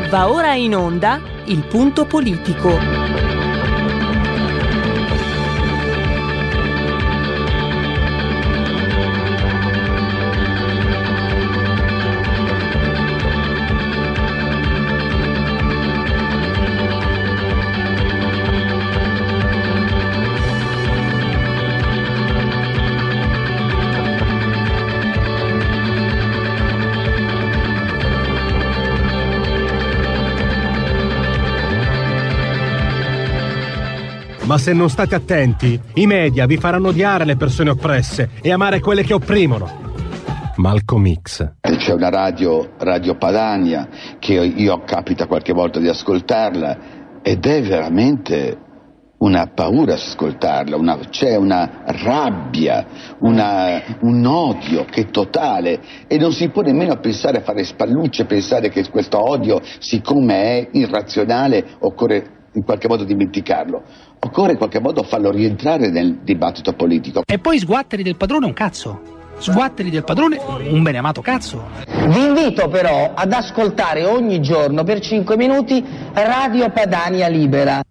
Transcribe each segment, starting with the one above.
Va ora in onda Il Punto Politico. Ma se non state attenti, i media vi faranno odiare le persone oppresse e amare quelle che opprimono. Malcolm X. C'è una Radio Padania che io capita qualche volta di ascoltarla ed è veramente una paura ascoltarla, c'è una rabbia, un odio che è totale e non si può nemmeno pensare a fare spallucce, pensare che questo odio, siccome è irrazionale, occorre in qualche modo dimenticarlo, occorre in qualche modo farlo rientrare nel dibattito politico. E poi sguatteri del padrone un cazzo, sguatteri del padrone un beneamato cazzo. Vi invito però ad ascoltare ogni giorno per 5 minuti Radio Padania Libera.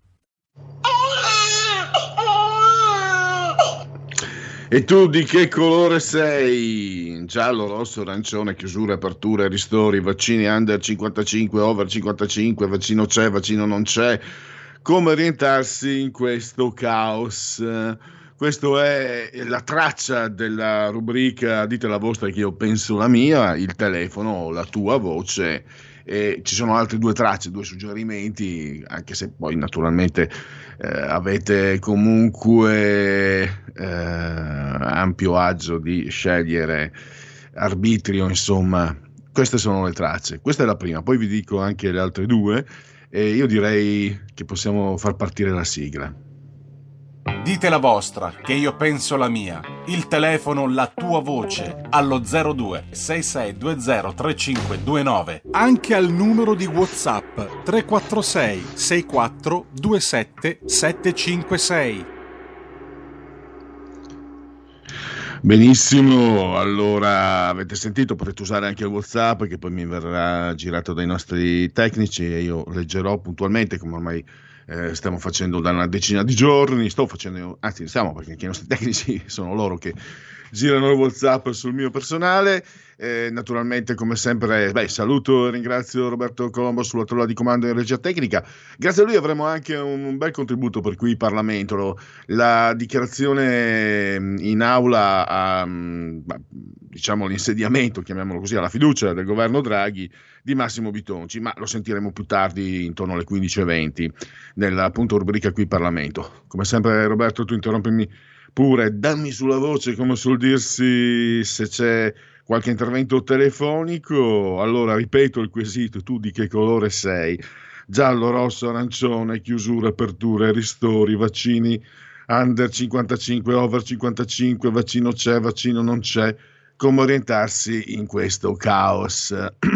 E tu di che colore sei? Giallo, rosso, arancione, chiusure, aperture, ristori, vaccini under 55, over 55, vaccino c'è, vaccino non c'è. Come orientarsi in questo caos? Questa è la traccia della rubrica Dite la vostra che io penso la mia, il telefono, la tua voce. E ci sono altre due tracce, due suggerimenti, anche se poi naturalmente avete comunque ampio agio di scegliere, arbitrio, insomma. Queste sono le tracce, questa è la prima, poi vi dico anche le altre due e io direi che possiamo far partire la sigla. Dite la vostra, che io penso la mia. Il telefono, la tua voce, allo 02 6620 3529. Anche al numero di WhatsApp 346 64 27 756. Benissimo, allora avete sentito, potete usare anche il WhatsApp che poi mi verrà girato dai nostri tecnici e io leggerò puntualmente come ormai stiamo facendo da una decina di giorni, stiamo perché anche i nostri tecnici sono loro che girano il WhatsApp sul mio personale. Naturalmente come sempre saluto e ringrazio Roberto Colombo sulla tolla di comando in regia tecnica. Grazie a lui avremo anche un bel contributo per qui Parlamento, la dichiarazione in aula diciamo l'insediamento, chiamiamolo così, alla fiducia del governo Draghi di Massimo Bitonci, ma lo sentiremo più tardi intorno alle 15:20 nella appunto rubrica qui Parlamento. Come sempre Roberto, tu interrompimi pure, dammi sulla voce come suol dirsi se c'è qualche intervento telefonico. Allora ripeto il quesito, tu di che colore sei? Giallo, rosso, arancione, chiusure, aperture, ristori, vaccini under 55, over 55, vaccino c'è, vaccino non c'è. Come orientarsi in questo caos?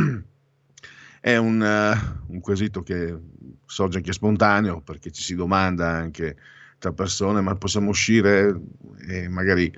È un quesito che sorge anche spontaneo perché ci si domanda anche tra persone, ma possiamo uscire e magari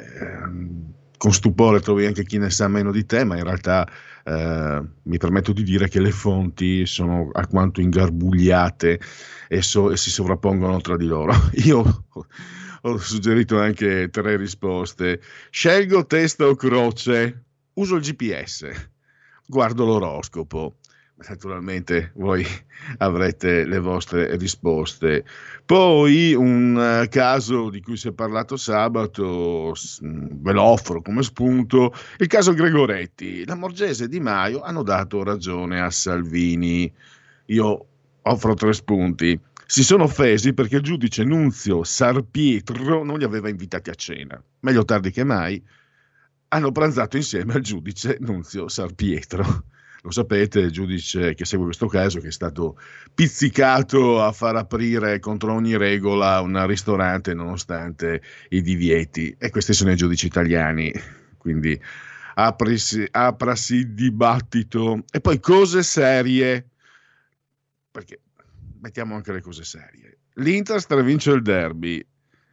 con stupore trovi anche chi ne sa meno di te, ma in realtà mi permetto di dire che le fonti sono alquanto ingarbugliate e si sovrappongono tra di loro. Io ho suggerito anche 3 risposte. Scelgo testa o croce, uso il GPS, guardo l'oroscopo. Naturalmente voi avrete le vostre risposte. Poi un caso di cui si è parlato sabato, ve lo offro come spunto, il caso Gregoretti. La Morgese e Di Maio hanno dato ragione a Salvini. Io offro 3 spunti. Si sono offesi perché il giudice Nunzio Sarpietro non li aveva invitati a cena. Meglio tardi che mai. Hanno pranzato insieme al giudice Nunzio Sarpietro. Lo sapete, il giudice che segue questo caso, che è stato pizzicato a far aprire contro ogni regola un ristorante nonostante i divieti. E questi sono i giudici italiani, quindi aprasi il dibattito. E poi cose serie, perché mettiamo anche le cose serie. L'Inter stravince il derby.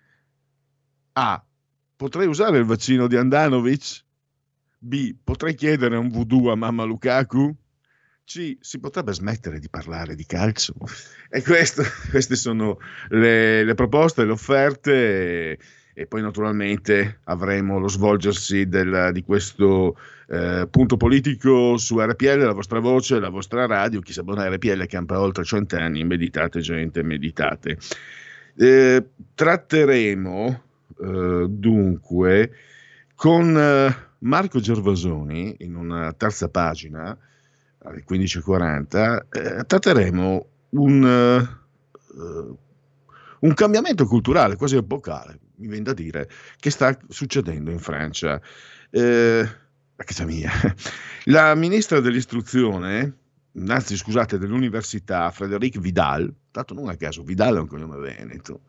A. Potrei usare il vaccino di Andanovic? B. Potrei chiedere un voodoo a mamma Lukaku? si potrebbe smettere di parlare di calcio? E queste sono le proposte, le offerte, e poi naturalmente avremo lo svolgersi di questo punto politico su RPL, la vostra voce, la vostra radio. Chi si abbona a RPL campa oltre 100 anni. Meditate, gente, meditate. Tratteremo dunque con Marco Gervasoni, in una terza pagina alle 15:40, tratteremo un cambiamento culturale quasi epocale, mi viene da dire, che sta succedendo in Francia. A casa mia, la ministra dell'istruzione, anzi scusate, dell'università, Frédérique Vidal, tanto non a caso Vidal è un cognome veneto,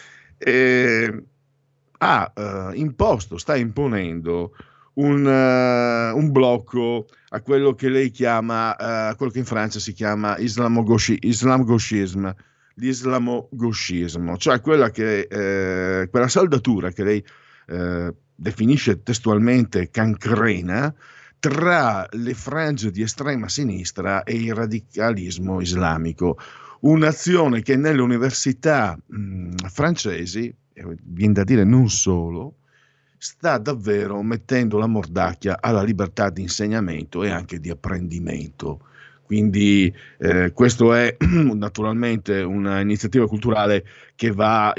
sta imponendo un blocco a quello che lei chiama, quello che in Francia si chiama islamgauchisme, l'islamo-gauchismo, cioè quella saldatura che lei definisce testualmente cancrena tra le frange di estrema sinistra e il radicalismo islamico. Un'azione che nelle università francesi, viene da dire non solo, sta davvero mettendo la mordacchia alla libertà di insegnamento e anche di apprendimento. Quindi questo è naturalmente un'iniziativa culturale che va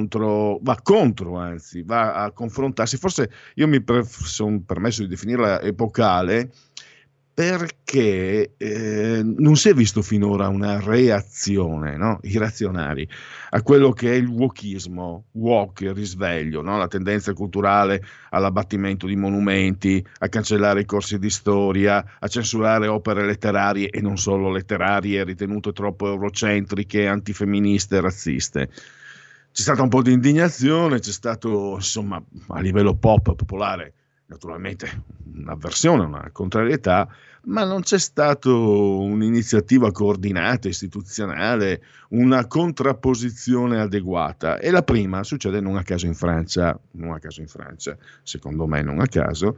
a confrontarsi. Forse io mi sono permesso di definirla epocale perché non si è visto finora una reazione, no? I reazionari a quello che è il wokismo, il risveglio, no? La tendenza culturale all'abbattimento di monumenti, a cancellare i corsi di storia, a censurare opere letterarie e non solo letterarie ritenute troppo eurocentriche, antifemministe e razziste. C'è stata un po' di indignazione, c'è stato, insomma, a livello popolare, naturalmente un'avversione, una contrarietà, ma non c'è stato un'iniziativa coordinata, istituzionale, una contrapposizione adeguata. E la prima succede non a caso in Francia, secondo me non a caso,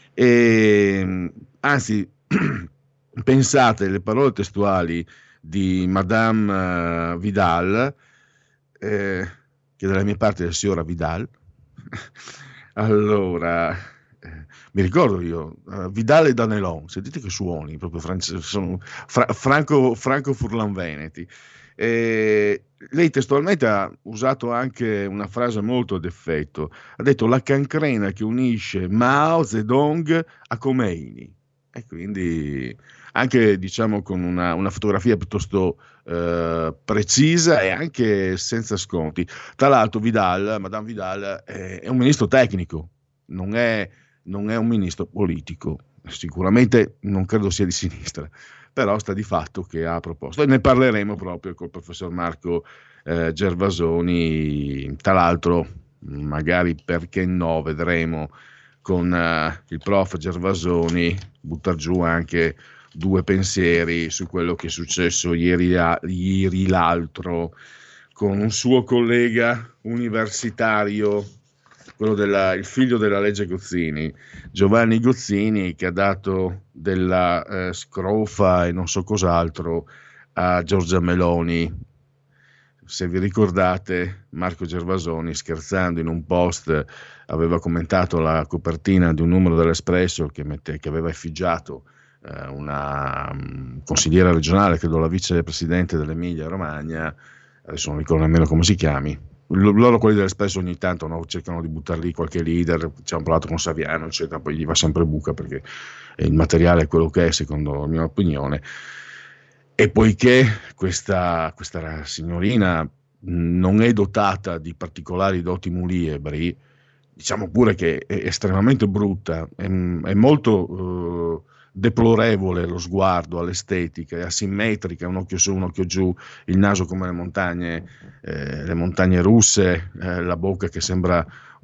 anzi, pensate le parole testuali di Madame Vidal, che dalla mia parte è la signora Vidal. Allora, mi ricordo io, Vidal e Danelon, sentite che suoni proprio sono Franco Furlan Veneti. Lei testualmente ha usato anche una frase molto ad effetto, ha detto la cancrena che unisce Mao Zedong a Khomeini, e quindi anche, diciamo, con una fotografia piuttosto precisa e anche senza sconti. Tra l'altro Madame Vidal è un ministro tecnico, non è un ministro politico, sicuramente non credo sia di sinistra, però sta di fatto che ha proposto, e ne parleremo proprio col professor Marco Gervasoni. Tra l'altro, magari, perché no, vedremo con il prof Gervasoni buttar giù anche due pensieri su quello che è successo ieri l'altro con un suo collega universitario, quello il figlio della legge Gozzini, Giovanni Gozzini, che ha dato della scrofa e non so cos'altro a Giorgia Meloni. Se vi ricordate, Marco Gervasoni, scherzando, in un post aveva commentato la copertina di un numero dell'Espresso che aveva effigiato una consigliera regionale, credo la vicepresidente dell'Emilia Romagna, adesso non ricordo nemmeno come si chiami. Loro, quelli dell'Espresso, ogni tanto, no, cercano di buttar lì qualche leader, ci hanno provato con Saviano, eccetera, poi gli va sempre buca perché il materiale è quello che è, secondo la mia opinione. E poiché questa signorina non è dotata di particolari doti muliebri, diciamo pure che è estremamente brutta, è molto deplorevole lo sguardo, all'estetica, è asimmetrica, un occhio su, un occhio giù, il naso come le montagne russe, la bocca che sembra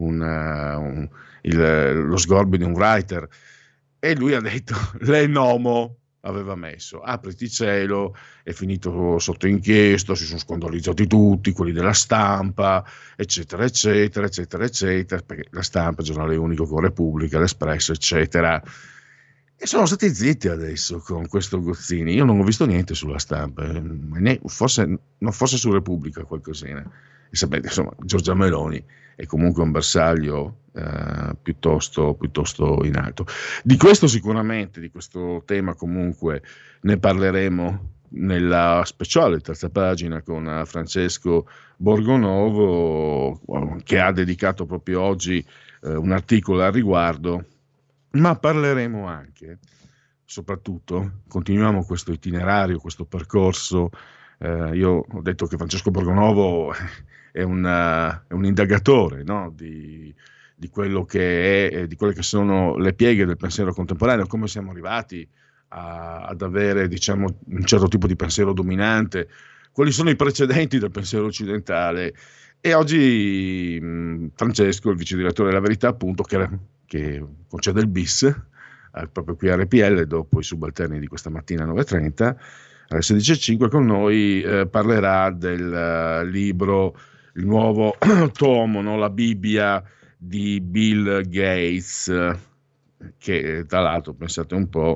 lo sgorbio di un writer. E lui ha detto, l'enomo aveva messo, apriti cielo, è finito sotto inchiesta, si sono scandalizzati tutti, quelli della stampa, eccetera, eccetera, eccetera, eccetera, perché la stampa, il giornale unico con Repubblica, l'Espresso, eccetera. E sono stati zitti adesso con questo Gozzini. Io non ho visto niente sulla stampa, forse su Repubblica qualcosina. E sapete, insomma, Giorgia Meloni è comunque un bersaglio piuttosto in alto. Di questo sicuramente, di questo tema comunque ne parleremo nella speciale terza pagina con Francesco Borgonovo, che ha dedicato proprio oggi un articolo al riguardo. Ma parleremo anche, soprattutto, continuiamo questo itinerario, questo percorso. Io ho detto che Francesco Borgonovo è un indagatore, no? di quello che è, di quelle che sono le pieghe del pensiero contemporaneo, come siamo arrivati ad avere, diciamo, un certo tipo di pensiero dominante, quali sono i precedenti del pensiero occidentale. E oggi Francesco, il vice direttore della Verità, appunto, che concede il bis proprio qui a RPL, dopo i subalterni di questa mattina 9:30, alle 16:05 con noi parlerà del libro, il nuovo tomo, no? La Bibbia di Bill Gates, che tra l'altro, pensate un po',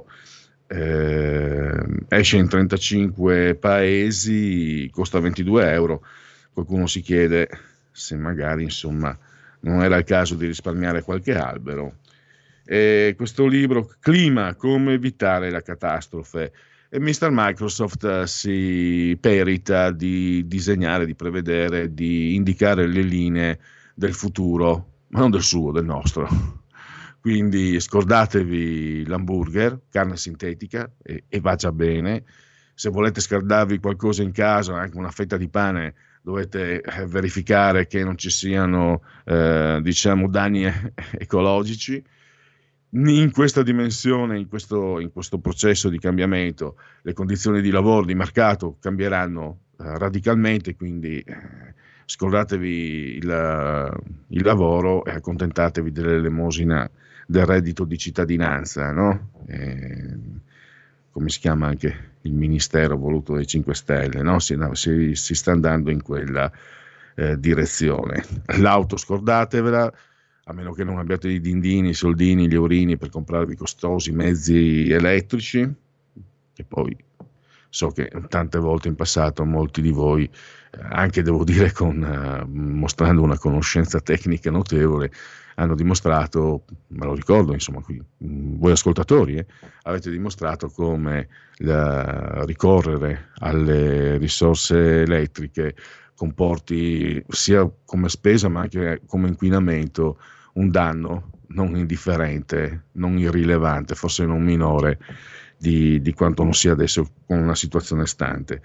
esce in 35 paesi, costa 22 euro. Qualcuno si chiede se magari, insomma, non era il caso di risparmiare qualche albero. Questo libro, Clima, come evitare la catastrofe, e Mr. Microsoft si perita di disegnare, di prevedere, di indicare le linee del futuro, ma non del suo, del nostro. Quindi scordatevi l'hamburger, carne sintetica, e va già bene. Se volete scaldarvi qualcosa in casa, anche una fetta di pane, dovete verificare che non ci siano diciamo danni ecologici. In questa dimensione, in questo processo di cambiamento, le condizioni di lavoro, di mercato cambieranno radicalmente, quindi scordatevi il lavoro e accontentatevi dell'elemosina del reddito di cittadinanza, no? Come si chiama anche il ministero voluto dai 5 Stelle, no? Si sta andando in quella direzione. L'auto scordatevela, a meno che non abbiate i dindini, i soldini, gli eurini per comprarvi costosi mezzi elettrici, che poi so che tante volte in passato molti di voi, anche devo dire mostrando una conoscenza tecnica notevole, hanno dimostrato, me lo ricordo, insomma, qui, voi ascoltatori, avete dimostrato come ricorrere alle risorse elettriche comporti sia come spesa ma anche come inquinamento un danno non indifferente, non irrilevante, forse non minore di quanto non sia adesso con una situazione stante.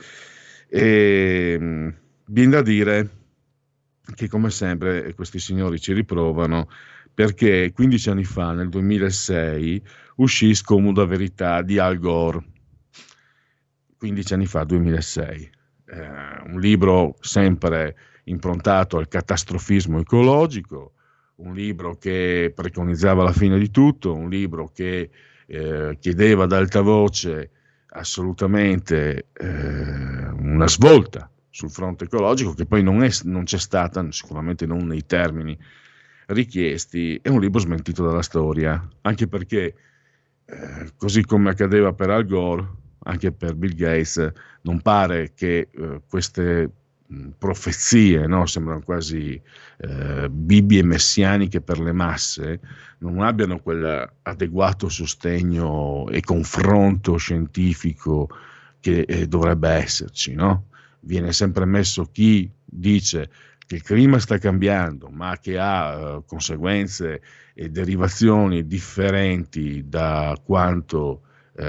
E viene da dire che, come sempre, questi signori ci riprovano, perché 15 anni fa, nel 2006, uscì Scomoda Verità di Al Gore. 15 anni fa, 2006. Un libro sempre improntato al catastrofismo ecologico, un libro che preconizzava la fine di tutto, un libro che chiedeva ad alta voce assolutamente una svolta sul fronte ecologico, che poi non c'è stata, sicuramente non nei termini richiesti. È un libro smentito dalla storia, anche perché così come accadeva per Al Gore, anche per Bill Gates, non pare che queste profezie, no, sembrano quasi Bibbie messianiche per le masse, non abbiano quell'adeguato sostegno e confronto scientifico che dovrebbe esserci, no? Viene sempre messo chi dice che il clima sta cambiando, ma che ha conseguenze e derivazioni differenti da quanto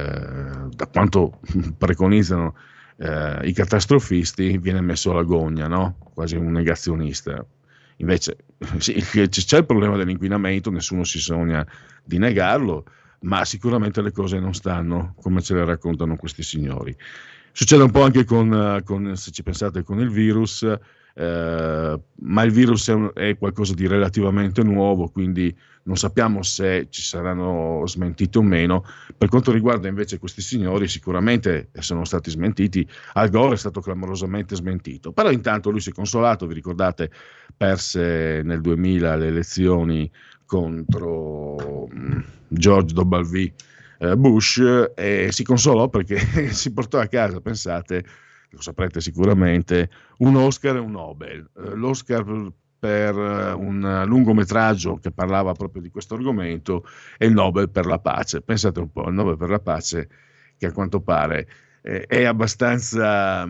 preconizzano i catastrofisti, viene messo alla gogna, no? Quasi un negazionista. Invece sì, c'è il problema dell'inquinamento, nessuno si sogna di negarlo, ma sicuramente le cose non stanno come ce le raccontano questi signori. Succede un po' anche con se ci pensate, con il virus, ma il virus è qualcosa di relativamente nuovo, quindi non sappiamo se ci saranno smentiti o meno. Per quanto riguarda invece questi signori, sicuramente sono stati smentiti. Al Gore è stato clamorosamente smentito, però intanto lui si è consolato. Vi ricordate, perse nel 2000 le elezioni contro George W. Bush, e si consolò perché si portò a casa, pensate, lo saprete sicuramente, un Oscar e un Nobel. L'Oscar per un lungometraggio che parlava proprio di questo argomento e il Nobel per la pace. Pensate un po', il Nobel per la pace che a quanto pare è abbastanza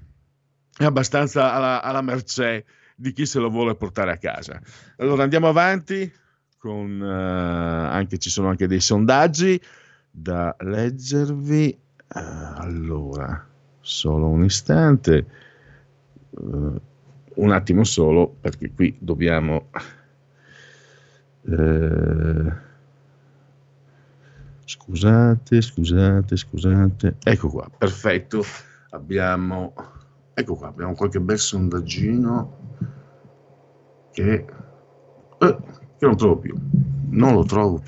alla mercé di chi se lo vuole portare a casa. Allora andiamo avanti con anche ci sono anche dei sondaggi da leggervi. Allora, solo un istante, un attimo solo, perché qui dobbiamo scusate, ecco qua, perfetto, abbiamo qualche bel sondaggino che non trovo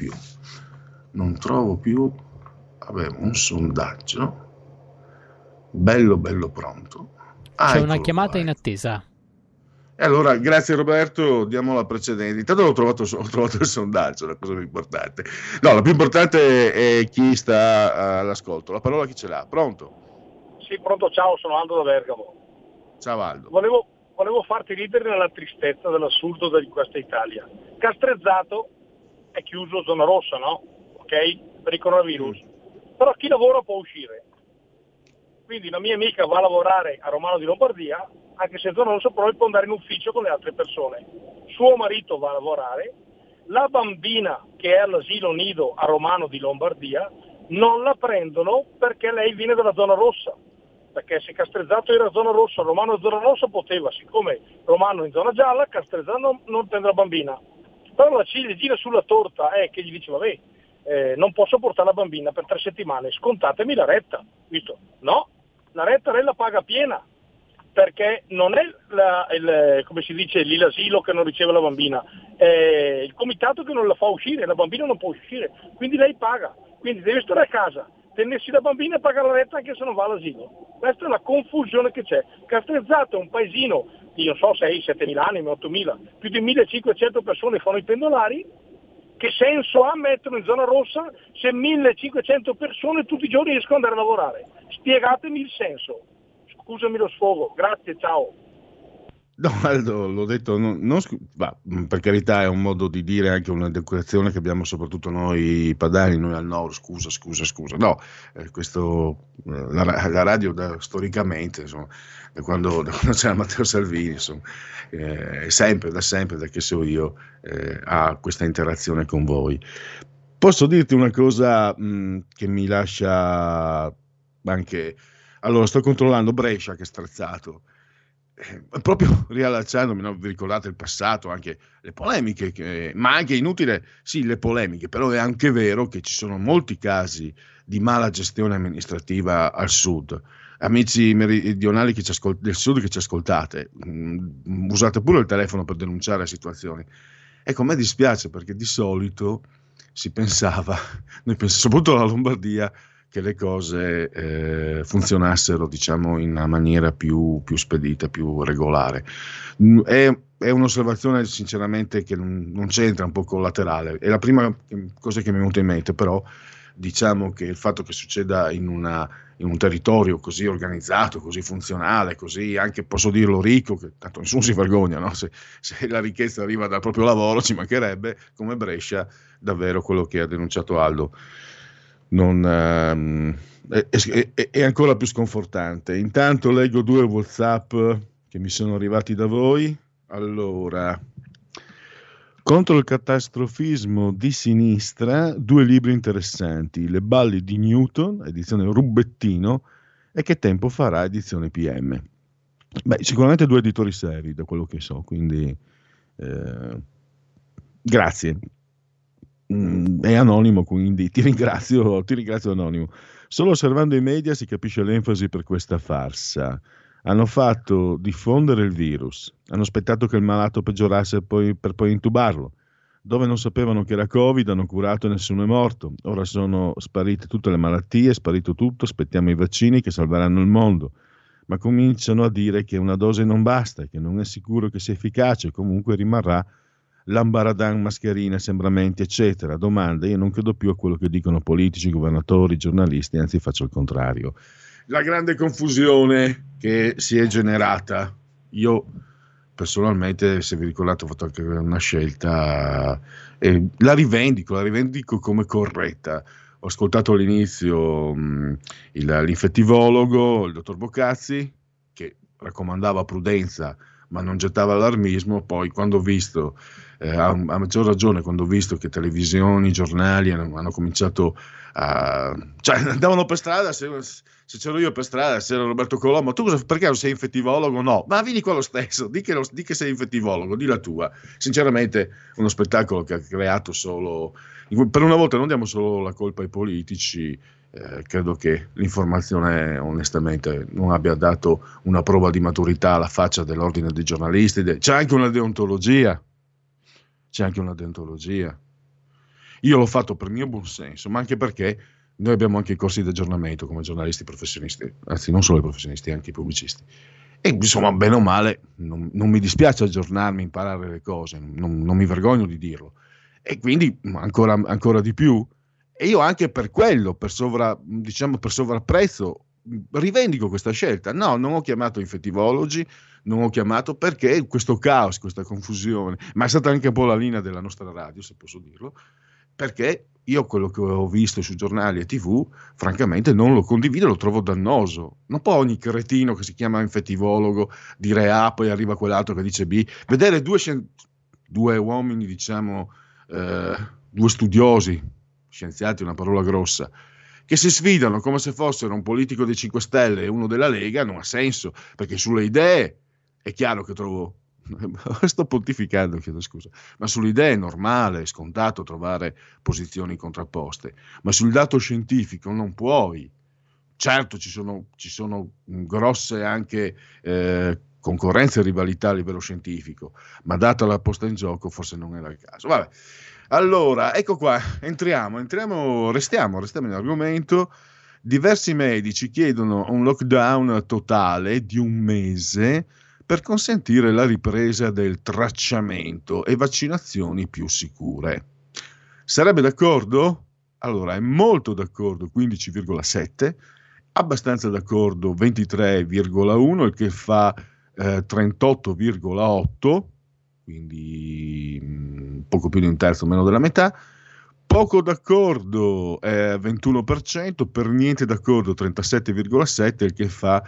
più. Abbiamo un sondaggio bello pronto. C'è una chiamata qua. in attesa. E allora, grazie Roberto, diamo la precedenza. Intanto ho trovato il sondaggio, la cosa più importante. No, la più importante è chi sta all'ascolto. La parola chi ce l'ha? Pronto? Sì, pronto, ciao, sono Aldo da Bergamo. Ciao Aldo. Volevo farti ridere nella tristezza dell'assurdo di questa Italia. Castrezzato è chiuso, zona rossa, no? Ok? Per il coronavirus. Però chi lavora può uscire. Quindi la mia amica va a lavorare a Romano di Lombardia, anche se zona rossa, però può andare in ufficio con le altre persone. Suo marito va a lavorare, la bambina che è all'asilo nido a Romano di Lombardia non la prendono perché lei viene dalla zona rossa. Perché se Castrezzato era zona rossa, Romano è zona rossa, poteva, siccome Romano è in zona gialla, Castrezzato non prende la bambina. Però la ciliegina sulla torta è che gli dice, vabbè, non posso portare la bambina per 3 settimane, scontatemi la retta, visto? No, la retta lei la paga piena, perché non è come si dice lì l'asilo che non riceve la bambina, è il comitato che non la fa uscire, la bambina non può uscire, quindi lei paga, quindi deve stare a casa, tenersi la bambina e pagare la retta anche se non va all'asilo. Questa è la confusione che c'è. Castrezzato è un paesino di non so 6-7 mila anime, 8 mila, più di 1500 persone fanno i pendolari. Che senso ha metterlo in zona rossa se 1500 persone tutti i giorni riescono ad andare a lavorare? Spiegatemi il senso. Scusami lo sfogo, grazie, ciao. No, Aldo, l'ho detto, per carità è un modo di dire, anche una decorazione che abbiamo soprattutto noi padani, noi al nord, scusa. No, la radio storicamente, insomma, da quando c'era Matteo Salvini, insomma, da sempre, da che so io, ha questa interazione con voi. Posso dirti una cosa che mi lascia anche... Allora, sto controllando Brescia che è strazzato. Proprio riallacciandomi, no? Vi ricordate il passato, anche le polemiche, ma anche inutile, sì, le polemiche, però è anche vero che ci sono molti casi di mala gestione amministrativa al sud. Amici meridionali del sud che ci ascoltate, usate pure il telefono per denunciare situazioni. Ecco, a me dispiace perché di solito si pensava, soprattutto la Lombardia, che le cose funzionassero, diciamo, in una maniera più spedita, più regolare. È un'osservazione sinceramente che non c'entra, un po' collaterale. È la prima cosa che mi è venuta in mente, però diciamo che il fatto che succeda in un territorio così organizzato, così funzionale, così anche, posso dirlo, ricco, che tanto nessuno si vergogna, no? Se la ricchezza arriva dal proprio lavoro, ci mancherebbe, come Brescia, davvero quello che ha denunciato Aldo è ancora più sconfortante. Intanto leggo 2 WhatsApp che mi sono arrivati da voi. Allora, contro il catastrofismo di sinistra, 2 libri interessanti: Le balli di Newton, edizione Rubettino, e Che tempo farà, edizione PM. Beh, sicuramente 2 editori seri, da quello che so, quindi grazie. È anonimo, quindi ti ringrazio anonimo. Solo osservando i media si capisce l'enfasi per questa farsa. Hanno fatto diffondere il virus, hanno aspettato che il malato peggiorasse per poi intubarlo. Dove non sapevano che era Covid hanno curato e nessuno è morto. Ora sono sparite tutte le malattie, è sparito tutto, aspettiamo i vaccini che salveranno il mondo. Ma cominciano a dire che una dose non basta, che non è sicuro che sia efficace, comunque rimarrà l'ambaradan, mascherine, sembramenti, eccetera. Domanda: io non credo più a quello che dicono politici, governatori, giornalisti, anzi faccio il contrario. La grande confusione che si è generata, io personalmente, se vi ricordate, ho fatto anche una scelta, la rivendico come corretta. Ho ascoltato all'inizio l'infettivologo, il dottor Boccazzi, che raccomandava prudenza ma non gettava allarmismo. Poi quando ho visto, a maggior ragione quando ho visto che televisioni, giornali hanno cominciato cioè andavano per strada, se c'ero io per strada, se era Roberto Colombo, tu perché non sei infettivologo? No, ma vieni qua lo stesso, di che sei infettivologo, di la tua. Sinceramente uno spettacolo che ha creato solo, per una volta non diamo solo la colpa ai politici. Credo che l'informazione onestamente non abbia dato una prova di maturità alla faccia dell'ordine dei giornalisti. C'è anche una deontologia, io l'ho fatto per mio buon senso, ma anche perché noi abbiamo anche i corsi di aggiornamento come giornalisti professionisti, anzi non solo i professionisti, anche i pubblicisti, e insomma bene o male non mi dispiace aggiornarmi, imparare le cose, non mi vergogno di dirlo, e quindi ancora di più. E io anche per quello, per sovrapprezzo, rivendico questa scelta. No, non ho chiamato infettivologi, non ho chiamato, perché questo caos, questa confusione, ma è stata anche un po' la linea della nostra radio, se posso dirlo, perché io quello che ho visto su giornali e TV, francamente non lo condivido, lo trovo dannoso. Non può ogni cretino che si chiama infettivologo dire A, poi arriva quell'altro che dice B. Vedere due uomini, diciamo, due studiosi, scienziati è una parola grossa, che si sfidano come se fossero un politico dei 5 Stelle e uno della Lega, non ha senso, perché sulle idee è chiaro che trovo, sto pontificando, chiedo scusa, ma sulle idee è normale, è scontato trovare posizioni contrapposte, ma sul dato scientifico non puoi. Certo ci sono grosse anche concorrenze e rivalità a livello scientifico, ma data la posta in gioco forse non era il caso. Vabbè. Allora, ecco qua, restiamo in argomento. Diversi medici chiedono un lockdown totale di 1 mese per consentire la ripresa del tracciamento e vaccinazioni più sicure. Sarebbe d'accordo? Allora, è molto d'accordo 15,7, abbastanza d'accordo 23,1, il che fa 38,8, quindi poco più di un terzo, meno della metà. Poco d'accordo 21%, per niente d'accordo 37,7, il che fa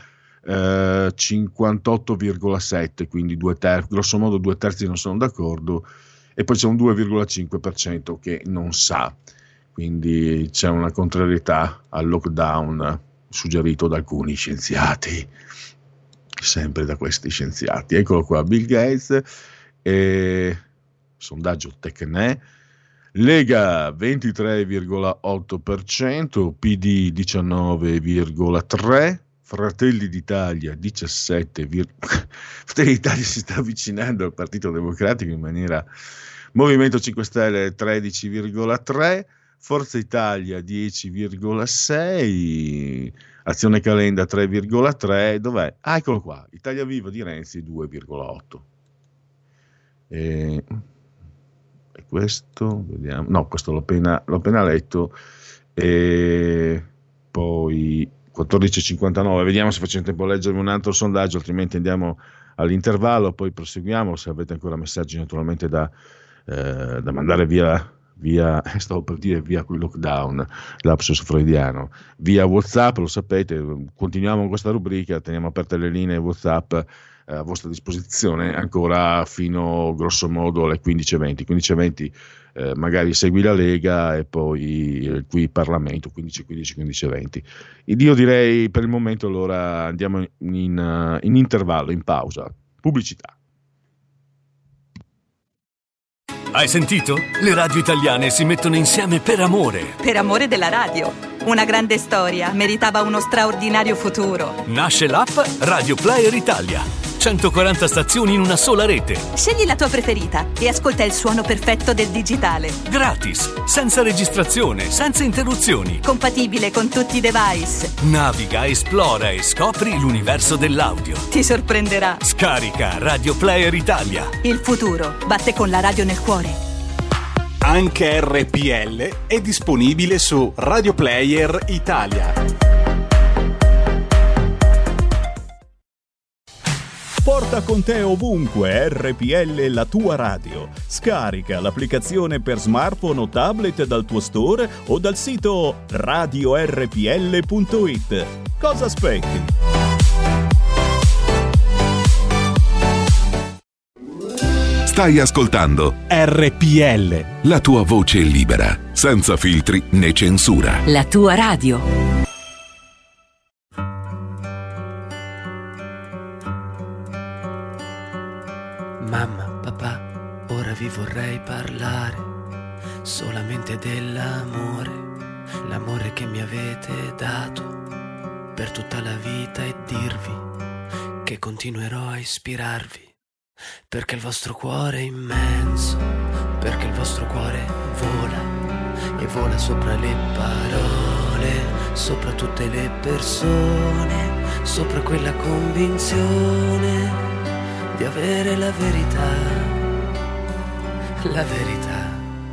58,7, quindi grosso modo 2/3 non sono d'accordo, e poi c'è un 2,5% che non sa, quindi c'è una contrarietà al lockdown suggerito da alcuni scienziati, sempre da questi scienziati. Eccolo qua, Bill Gates, sondaggio Tecne, Lega 23,8%, PD 19,3%, Fratelli d'Italia 17%. Fratelli d'Italia si sta avvicinando al Partito Democratico in maniera... Movimento 5 Stelle 13,3%, Forza Italia 10,6%, Azione Calenda 3,3%, dov'è? Ah, eccolo qua, Italia Viva di Renzi 2,8%. E questo, vediamo, no, questo l'ho appena letto, e poi 14,59, vediamo se faccio in tempo a leggermi un altro sondaggio, altrimenti andiamo all'intervallo, poi proseguiamo. Se avete ancora messaggi naturalmente da mandare via, stavo per dire via quel lockdown, lapsus freudiano, via WhatsApp, lo sapete, continuiamo questa rubrica, teniamo aperte le linee WhatsApp a vostra disposizione ancora fino grosso modo alle 15:20, magari segui la Lega e poi qui Parlamento 15:20. Io direi per il momento allora andiamo in intervallo, in pausa, pubblicità. Hai sentito? Le radio italiane si mettono insieme per amore. Per amore della radio. Una grande storia meritava uno straordinario futuro. Nasce l'app Radio Player Italia. 140 stazioni in una sola rete. Scegli la tua preferita e ascolta il suono perfetto del digitale. Gratis, senza registrazione, senza interruzioni. Compatibile con tutti i device. Naviga, esplora e scopri l'universo dell'audio. Ti sorprenderà. Scarica Radio Player Italia. Il futuro batte con la radio nel cuore. Anche RPL è disponibile su Radio Player Italia. Porta con te ovunque RPL, la tua radio. Scarica l'applicazione per smartphone o tablet dal tuo store o dal sito radiorpl.it. Cosa aspetti? Stai ascoltando RPL, la tua voce libera, senza filtri né censura. La tua radio. Mamma, papà, ora vi vorrei parlare solamente dell'amore, l'amore che mi avete dato per tutta la vita e dirvi che continuerò a ispirarvi, perché il vostro cuore è immenso, perché il vostro cuore vola e vola sopra le parole, sopra tutte le persone, sopra quella convinzione di avere la verità, la verità.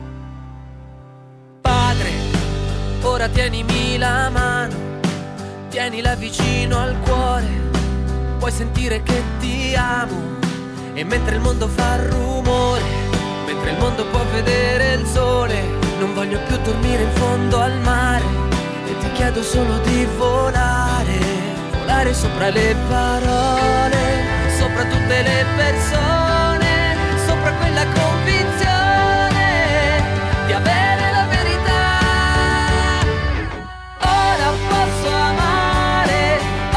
Padre, ora tienimi la mano, tienila vicino al cuore, puoi sentire che ti amo, e mentre il mondo fa rumore, mentre il mondo può vedere il sole, non voglio più dormire in fondo al mare, e ti chiedo solo di volare, volare sopra le parole, sopra tutte le persone, sopra quella convinzione di avere la verità. Ora posso amare,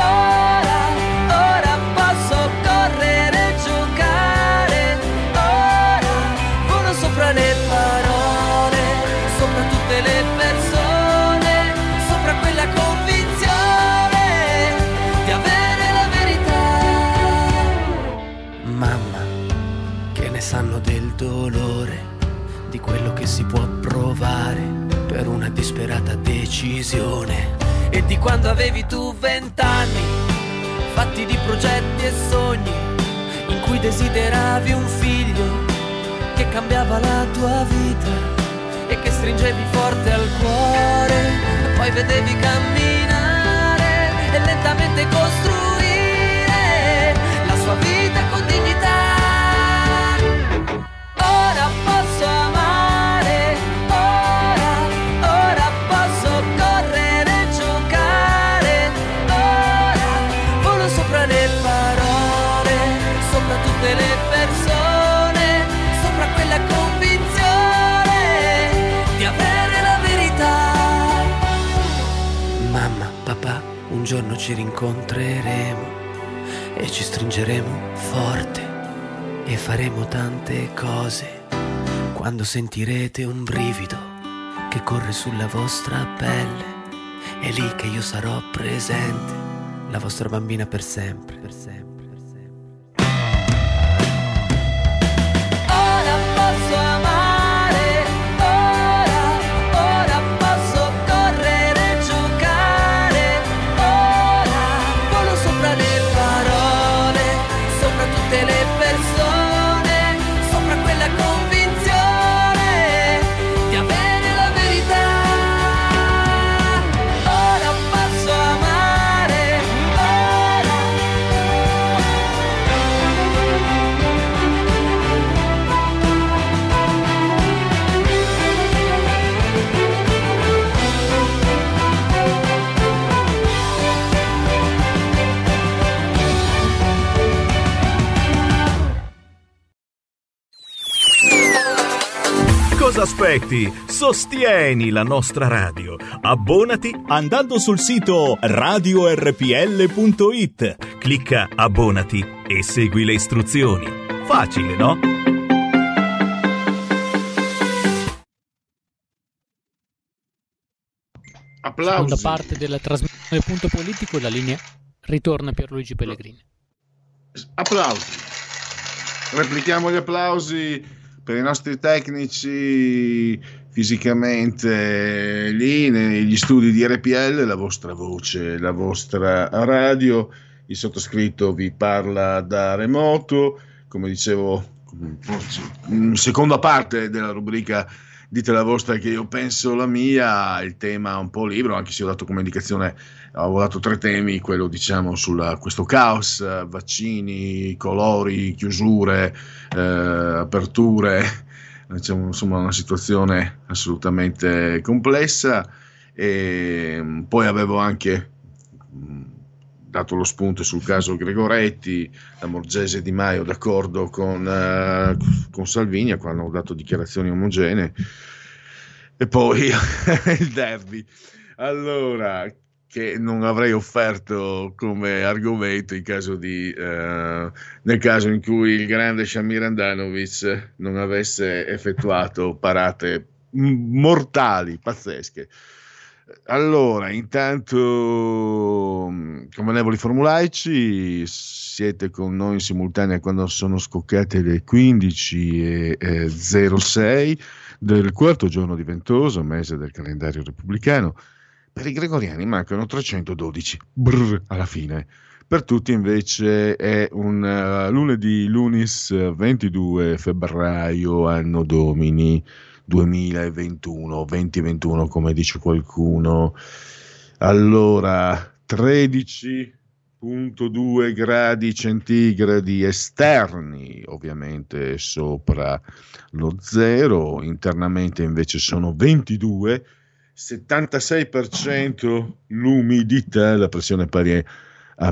ora posso correre e giocare, ora volo sopra le parole, sopra tutte le persone, sopra quella convinzione di avere la verità. Mamma, che ne sanno del dolore, di quello che si può provare per una disperata decisione, e di quando avevi tu 20 anni, fatti di progetti e sogni, in cui desideravi un figlio che cambiava la tua vita e che stringevi forte al cuore, e poi vedevi camminare e lentamente costruire la sua vita con dignità. Ora posso amare, ora posso correre e giocare, ora volo sopra le parole, sopra tutte le persone, sopra quella convinzione di avere la verità. Mamma, papà, un giorno ci rincontreremo e ci stringeremo forte e faremo tante cose. Quando sentirete un brivido che corre sulla vostra pelle, è lì che io sarò presente, la vostra bambina per sempre, per sempre, per sempre. Ora posso amare, ora posso correre e giocare, ora volo sopra le parole, sopra tutte le persone, sopra quella convinzione di avere la verità. Ora posso amare, Cosa aspetti? Sostieni la nostra radio. Abbonati andando sul sito radiorpl.it. Clicca abbonati e segui le istruzioni. Facile, no? Applausi. Seconda parte della trasmissione Punto Politico, la linea ritorna Pierluigi Pellegrini. applausi. Replichiamo gli applausi per i nostri tecnici fisicamente lì negli studi di RPL, la vostra voce, la vostra radio. Il sottoscritto vi parla da remoto, come dicevo, seconda parte della rubrica Dite la vostra che io penso la mia. Il tema è un po' libero, anche se ho dato come indicazione, ho dato 3 temi, quello diciamo questo caos, vaccini, colori, chiusure, aperture, diciamo, insomma una situazione assolutamente complessa. E poi avevo anche dato lo spunto sul caso Gregoretti, la Morgese e Di Maio d'accordo con Salvini, quando hanno dato dichiarazioni omogenee, e poi il derby. Allora, che non avrei offerto come argomento nel caso in cui il grande Shamir Handanovic non avesse effettuato parate mortali, pazzesche. Allora, intanto, convenevoli formulaici, siete con noi in simultanea quando sono scoccate le 15:06 del quarto giorno di Ventoso, mese del calendario repubblicano. Per i gregoriani mancano 312 alla fine. Per tutti invece è un lunedì, lunis 22 febbraio, anno domini 2021, 2021 come dice qualcuno. Allora, 13.2 gradi centigradi esterni, ovviamente sopra lo zero, internamente invece sono 22, 76% l'umidità, la pressione pari a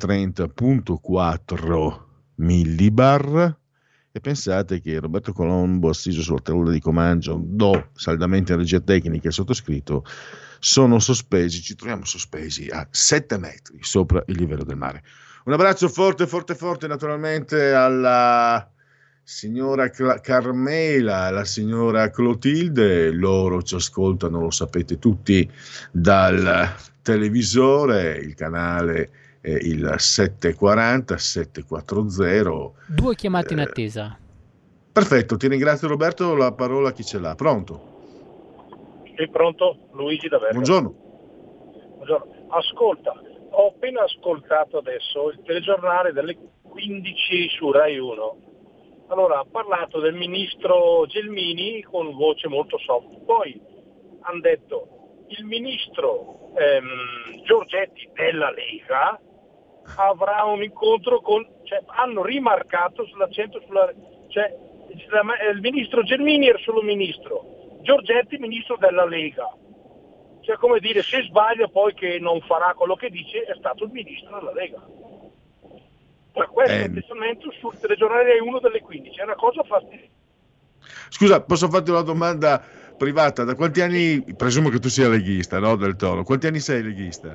1030.4 millibar. E pensate che Roberto Colombo, assiso sulla tavola di comando, saldamente in regia tecnica, il sottoscritto, sono sospesi, ci troviamo sospesi a 7 metri sopra il livello del mare. Un abbraccio forte, forte, forte naturalmente alla signora Carmela, alla signora Clotilde. Loro ci ascoltano, lo sapete tutti, dal televisore, il canale il 740 740. 2 chiamate in attesa. Perfetto, ti ringrazio Roberto, la parola a chi ce l'ha. Pronto? Sei pronto? Luigi da Bergamo. Buongiorno. Ascolta, ho appena ascoltato adesso il telegiornale delle 15 su Rai 1. Allora, ha parlato del ministro Gelmini con voce molto soft. Poi hanno detto il ministro Giorgetti della Lega avrà un incontro hanno rimarcato sull'accento il ministro Gelmini era solo ministro, Giorgetti ministro della Lega, cioè come dire, se sbaglia poi che non farà quello che dice è stato il ministro della Lega. Cioè, questo è l'atteggiamento sul telegiornale 1 delle 15, è una cosa fastidiosa. Scusa, posso farti una domanda privata? Da quanti anni, presumo che tu sia leghista, no, Del Toro, quanti anni sei leghista?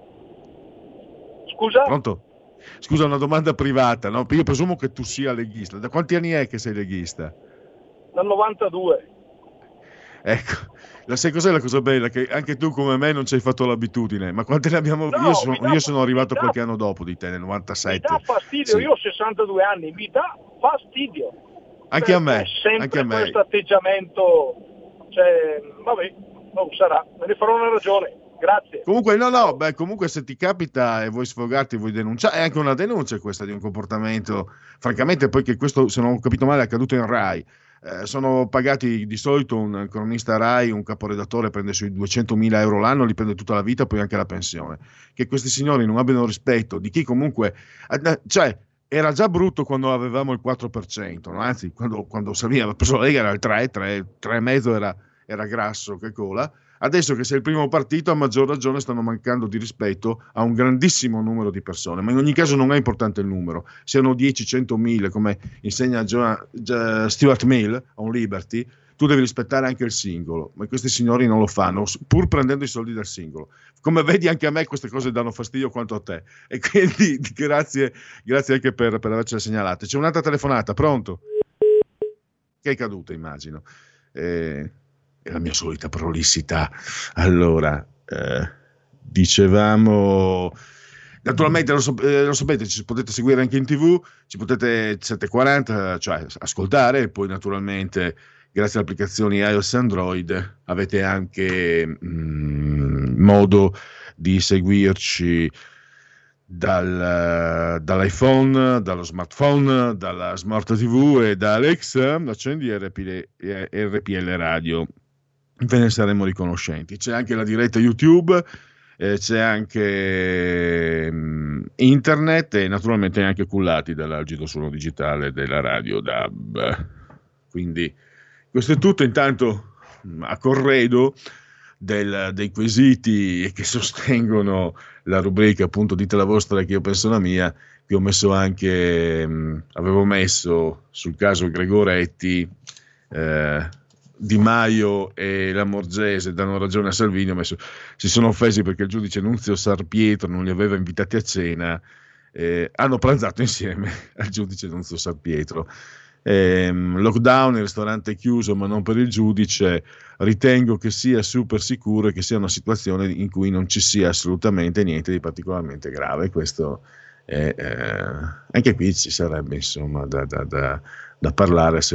Scusa? Pronto? Scusa, una domanda privata, no? Io presumo che tu sia leghista. Da quanti anni è che sei leghista? Dal 92. Ecco, sai cos'è la cosa bella? Che anche tu come me non ci hai fatto l'abitudine. Ma quante ne abbiamo? No, io sono arrivato qualche anno dopo di te, nel 97. Mi dà fastidio, sì. Io ho 62 anni, mi dà fastidio. Anche a me. Sempre anche a me. Questo atteggiamento, vabbè, non sarà, me ne farò una ragione. Grazie. Comunque, comunque se ti capita e vuoi sfogarti, vuoi denunciare, è anche una denuncia questa di un comportamento, francamente, poi che questo, se non ho capito male, è accaduto in Rai. Sono pagati di solito un cronista Rai, un caporedattore prende sui 200.000 euro l'anno, li prende tutta la vita, poi anche la pensione. Che questi signori non abbiano rispetto di chi comunque, era già brutto quando avevamo il 4%, no? Anzi, quando Salvini aveva preso la Lega era il 3,5% era grasso che cola. Adesso che sei il primo partito, a maggior ragione stanno mancando di rispetto a un grandissimo numero di persone, ma in ogni caso non è importante il numero, siano 10, 100.000, come insegna Stuart Mill a un Liberty, tu devi rispettare anche il singolo, ma questi signori non lo fanno, pur prendendo i soldi dal singolo. Come vedi, anche a me queste cose danno fastidio quanto a te, e quindi grazie anche per avercele segnalate. C'è un'altra telefonata, pronto? Che è caduta, immagino. È la mia solita prolissità. Allora, dicevamo Naturalmente lo sapete, ci potete seguire anche in TV, ci potete 740, cioè ascoltare, e poi naturalmente grazie alle applicazioni iOS e Android avete anche modo di seguirci dall'iPhone, dallo smartphone, dalla Smart TV e da Alexa. Accendi RPL Radio, ve ne saremo riconoscenti. C'è anche la diretta YouTube, c'è anche internet e naturalmente anche cullati dall'algido suono digitale della radio DAB. Quindi questo è tutto. Intanto a corredo dei quesiti che sostengono la rubrica, appunto, dite la vostra che io penso la mia, che ho messo anche, avevo messo sul caso Gregoretti, Di Maio e Lamorgese danno ragione a Salvini, si sono offesi perché il giudice Nunzio Sarpietro non li aveva invitati a cena, hanno pranzato insieme al giudice Nunzio Sarpietro. Lockdown, il ristorante è chiuso ma non per il giudice, ritengo che sia super sicuro e che sia una situazione in cui non ci sia assolutamente niente di particolarmente grave. Questo anche qui ci sarebbe insomma da parlare se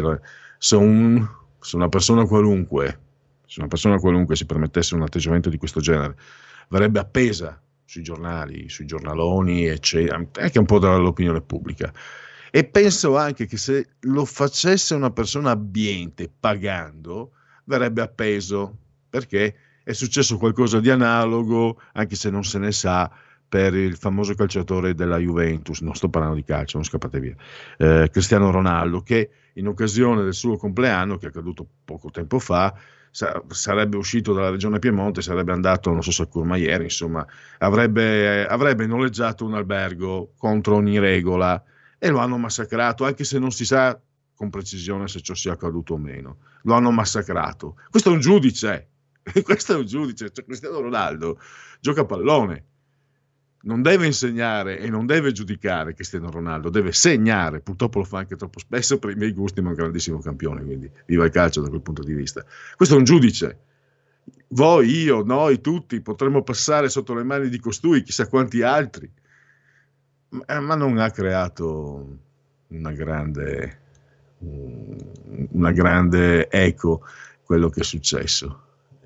una persona qualunque si permettesse un atteggiamento di questo genere, verrebbe appesa sui giornali, sui giornaloni, eccetera, anche un po' dall'opinione pubblica. E penso anche che se lo facesse una persona abbiente pagando, verrebbe appeso, perché è successo qualcosa di analogo, anche se non se ne sa, per il famoso calciatore della Juventus, non sto parlando di calcio, non scappate via, Cristiano Ronaldo, che in occasione del suo compleanno, che è accaduto poco tempo fa, sarebbe uscito dalla regione Piemonte, sarebbe andato, non so se a Courmayeur, insomma, avrebbe noleggiato un albergo contro ogni regola, e lo hanno massacrato, anche se non si sa con precisione se ciò sia accaduto o meno. Lo hanno massacrato. Questo è un giudice, cioè Cristiano Ronaldo gioca a pallone, non deve insegnare e non deve giudicare. Cristiano Ronaldo deve segnare, purtroppo lo fa anche troppo spesso, per i miei gusti, ma è un grandissimo campione, quindi viva il calcio da quel punto di vista. Questo è un giudice. Voi, io, noi, tutti potremmo passare sotto le mani di costui, chissà quanti altri, ma non ha creato una grande eco quello che è successo.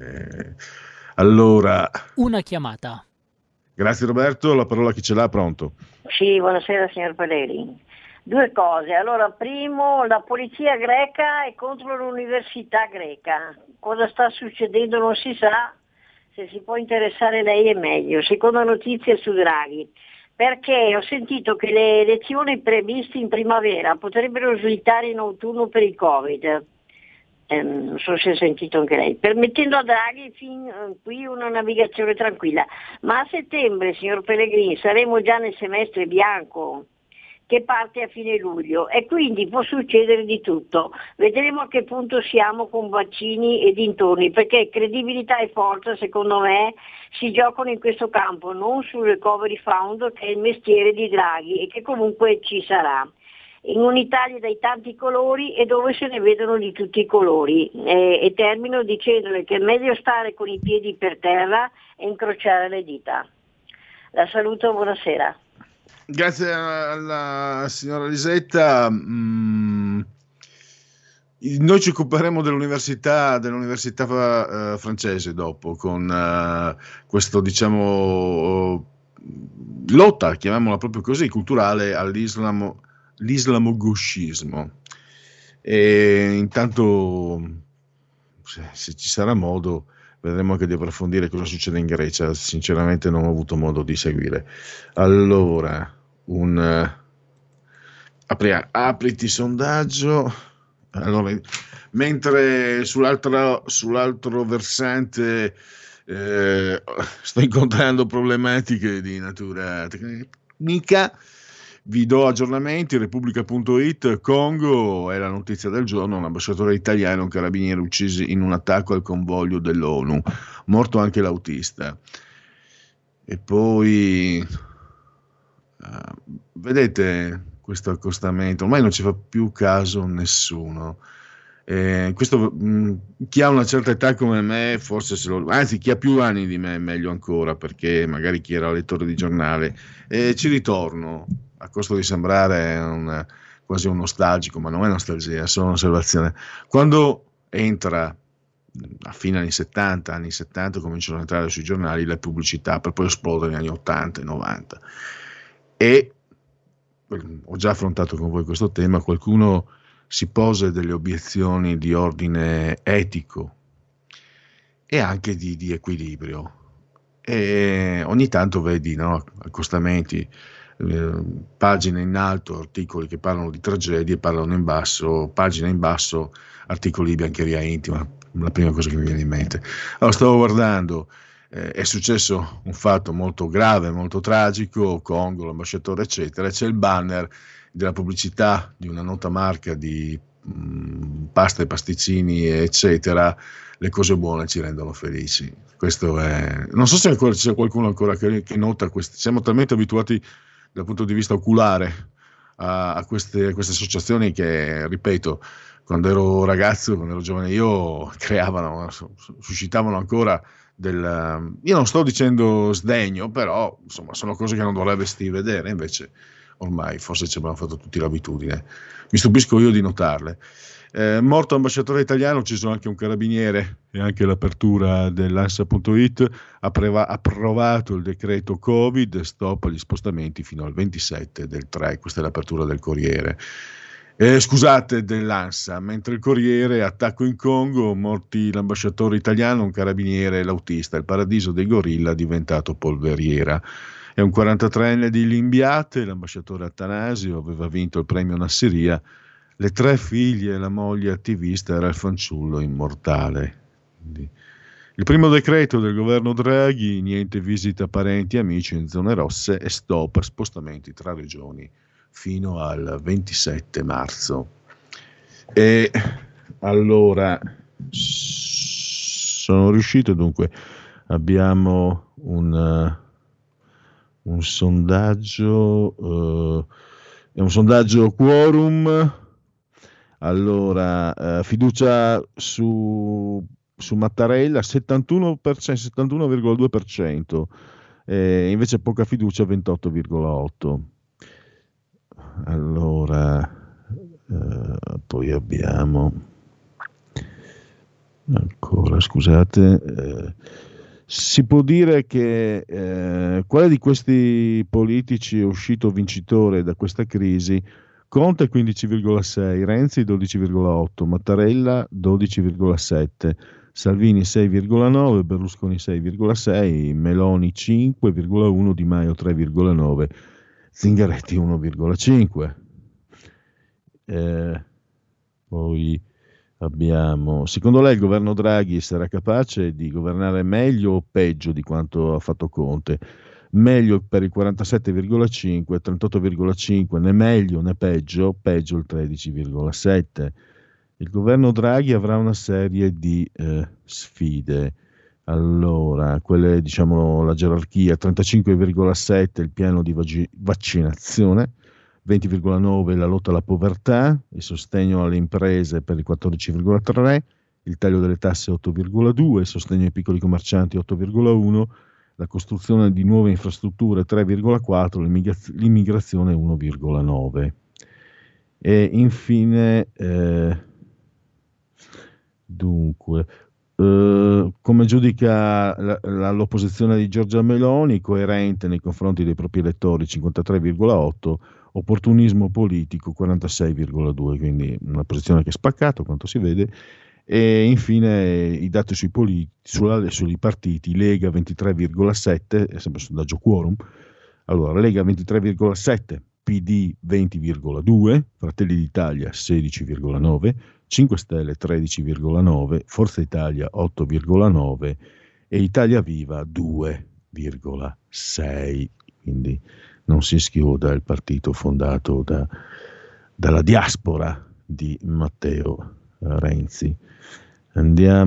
Allora, una chiamata. Grazie Roberto, la parola a chi ce l'ha, pronto? Sì, buonasera signor Pellegrini. Due cose. Allora, primo, la polizia greca è contro l'università greca. Cosa sta succedendo non si sa, se si può interessare lei è meglio. Seconda notizia su Draghi. Perché ho sentito che le elezioni previste in primavera potrebbero slittare in autunno per il Covid, non so se ha sentito anche lei, permettendo a Draghi fin qui una navigazione tranquilla. Ma a settembre, signor Pellegrini, saremo già nel semestre bianco, che parte a fine luglio, e quindi può succedere di tutto. Vedremo a che punto siamo con vaccini e dintorni, perché credibilità e forza, secondo me, si giocano in questo campo, non sul recovery fund, che è il mestiere di Draghi e che comunque ci sarà. In un'Italia dai tanti colori e dove se ne vedono di tutti i colori. E termino dicendole che è meglio stare con i piedi per terra e incrociare le dita. La saluto, buonasera. Grazie alla signora Lisetta. Noi ci occuperemo dell'università francese dopo, con questo, diciamo, lotta, chiamiamola proprio così, culturale all'islamoguscismo. E intanto, se ci sarà modo, vedremo anche di approfondire cosa succede in Grecia. Sinceramente non ho avuto modo di seguire. Allora, apriti sondaggio. Allora, mentre sull'altro versante sto incontrando problematiche di natura tecnica, vi do aggiornamenti. Repubblica.it, Congo è la notizia del giorno, un ambasciatore italiano e un carabiniere uccisi in un attacco al convoglio dell'ONU, morto anche l'autista. E poi vedete questo accostamento, ormai non ci fa più caso nessuno, Questo chi ha una certa età come me, forse anzi chi ha più anni di me meglio ancora, perché magari chi era lettore di giornale, ci ritorno a costo di sembrare quasi un nostalgico, ma non è nostalgia, è solo un'osservazione. Quando entra a fine anni 70 cominciano ad entrare sui giornali le pubblicità, per poi esplodere negli anni 80 e 90, e ho già affrontato con voi questo tema. Qualcuno si pose delle obiezioni di ordine etico e anche di equilibrio, e ogni tanto vedi, no, accostamenti, pagine in alto, articoli che parlano di tragedie, parlano in basso, pagina in basso, articoli di biancheria intima, la prima cosa che mi viene in mente. Allora, stavo guardando, è successo un fatto molto grave, molto tragico, Congo, l'ambasciatore eccetera, c'è il banner della pubblicità di una nota marca di pasta e pasticcini eccetera, le cose buone ci rendono felici. Questo è, non so se c'è qualcuno ancora che nota questo. Siamo talmente abituati dal punto di vista oculare a queste associazioni che, ripeto, quando ero ragazzo, quando ero giovane io, suscitavano ancora io non sto dicendo sdegno, però insomma sono cose che non dovresti vedere, invece ormai forse ci abbiamo fatto tutti l'abitudine. Mi stupisco io di notarle. Morto ambasciatore italiano, ucciso anche un carabiniere, e anche l'apertura dell'Ansa.it ha approvato il decreto Covid, stop agli spostamenti fino al 27 del 3, questa è l'apertura del Corriere. Scusate, dell'Ansa, mentre il Corriere, attacco in Congo, morti l'ambasciatore italiano, un carabiniere e l'autista, il paradiso dei gorilla diventato polveriera. È un 43enne di Limbiate, l'ambasciatore Attanasio aveva vinto il premio Nassiria, le 3 figlie e la moglie attivista, era il fanciullo immortale. Quindi, il primo decreto del governo Draghi, niente visita parenti e amici in zone rosse e stop a spostamenti tra regioni fino al 27 marzo. E allora sono riuscito, dunque abbiamo un sondaggio, è un sondaggio Quorum. Allora, fiducia su Mattarella 71,2%, invece poca fiducia 28,8%. Allora, poi abbiamo ancora, scusate, si può dire che quale di questi politici è uscito vincitore da questa crisi? Conte 15,6, Renzi 12,8, Mattarella 12,7, Salvini 6,9, Berlusconi 6,6, Meloni 5,1, Di Maio 3,9, Zingaretti 1,5. Poi abbiamo, secondo lei il governo Draghi sarà capace di governare meglio o peggio di quanto ha fatto Conte? Meglio per il 47,5, 38,5, né meglio né peggio il 13,7. Il governo Draghi avrà una serie di sfide. Allora, quelle, diciamo, la gerarchia: 35,7 il piano di vaccinazione, 20,9 la lotta alla povertà, il sostegno alle imprese per il 14,3, il taglio delle tasse 8,2, il sostegno ai piccoli commercianti 8,1, la costruzione di nuove infrastrutture 3,4, l'immigrazione 1,9. E infine, dunque, come giudica l'opposizione di Giorgia Meloni? Coerente nei confronti dei propri elettori 53,8, opportunismo politico 46,2, quindi una posizione che è spaccato, quanto si vede. E infine i dati sui partiti: Lega 23,7, è sempre sondaggio Quorum. Allora, Lega 23,7, PD 20,2, Fratelli d'Italia 16,9, 5 Stelle 13,9, Forza Italia 8,9 e Italia Viva 2,6. Quindi non si schiuda il partito fondato dalla diaspora di Matteo Renzi.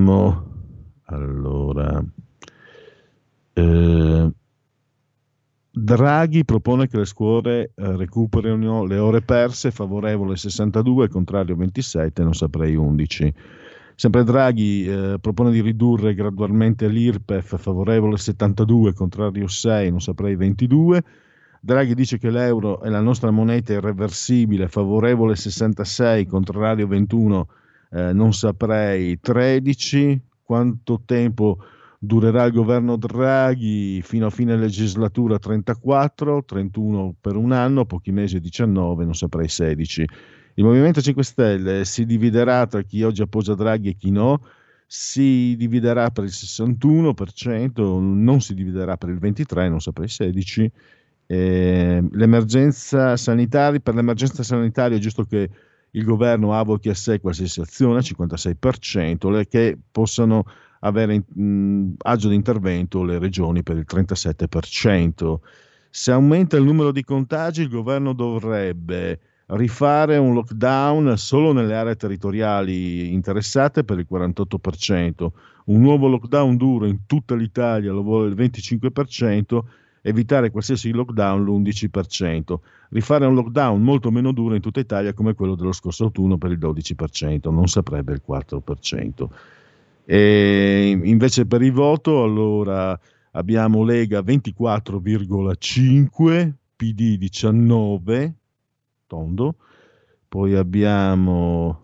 Andiamo allora, Draghi propone che le scuole recuperino le ore perse, favorevole 62, contrario 27, non saprei 11. Sempre Draghi propone di ridurre gradualmente l'IRPEF, favorevole 72, contrario 6, non saprei 22. Draghi dice che l'euro è la nostra moneta irreversibile, favorevole 66, contrario 21, non saprei 13. Quanto tempo durerà il governo Draghi? Fino a fine legislatura 34, 31 per un anno, pochi mesi 19, non saprei 16. Il Movimento 5 Stelle si dividerà tra chi oggi appoggia Draghi e chi no, si dividerà per il 61%, non si dividerà per il 23%, non saprei 16%. L'emergenza sanitaria, per l'emergenza sanitaria è giusto che il governo avochi a sé qualsiasi azione, 56%, che possano avere agio di intervento le regioni per il 37%. Se aumenta il numero di contagi, il governo dovrebbe rifare un lockdown solo nelle aree territoriali interessate per il 48%, un nuovo lockdown duro in tutta l'Italia lo vuole il 25%, evitare qualsiasi lockdown l'11%, rifare un lockdown molto meno duro in tutta Italia come quello dello scorso autunno per il 12%, non saprebbe il 4%. E invece per il voto allora abbiamo Lega 24,5, PD 19, tondo, poi abbiamo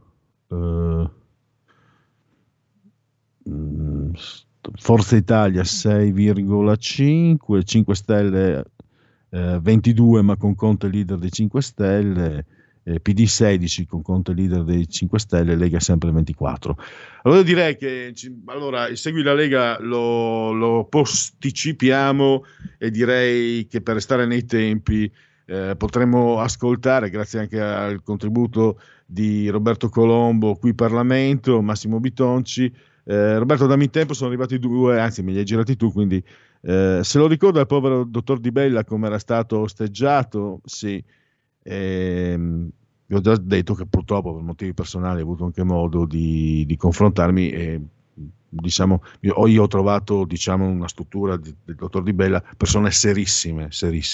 Forza Italia 6,5, 5 Stelle 22 ma con Conte leader dei 5 Stelle, PD 16 con Conte leader dei 5 Stelle, Lega sempre 24. Allora direi che il Segui la Lega lo posticipiamo e direi che per restare nei tempi potremmo ascoltare, grazie anche al contributo di Roberto Colombo qui Parlamento, Massimo Bitonci. Roberto, dammi tempo, sono arrivati due, anzi me li hai girati tu, quindi se lo ricorda il povero dottor Di Bella come era stato osteggiato, sì, vi ho già detto che purtroppo per motivi personali ho avuto anche modo di confrontarmi e diciamo io ho trovato una struttura del dottor Di Bella, persone serissime.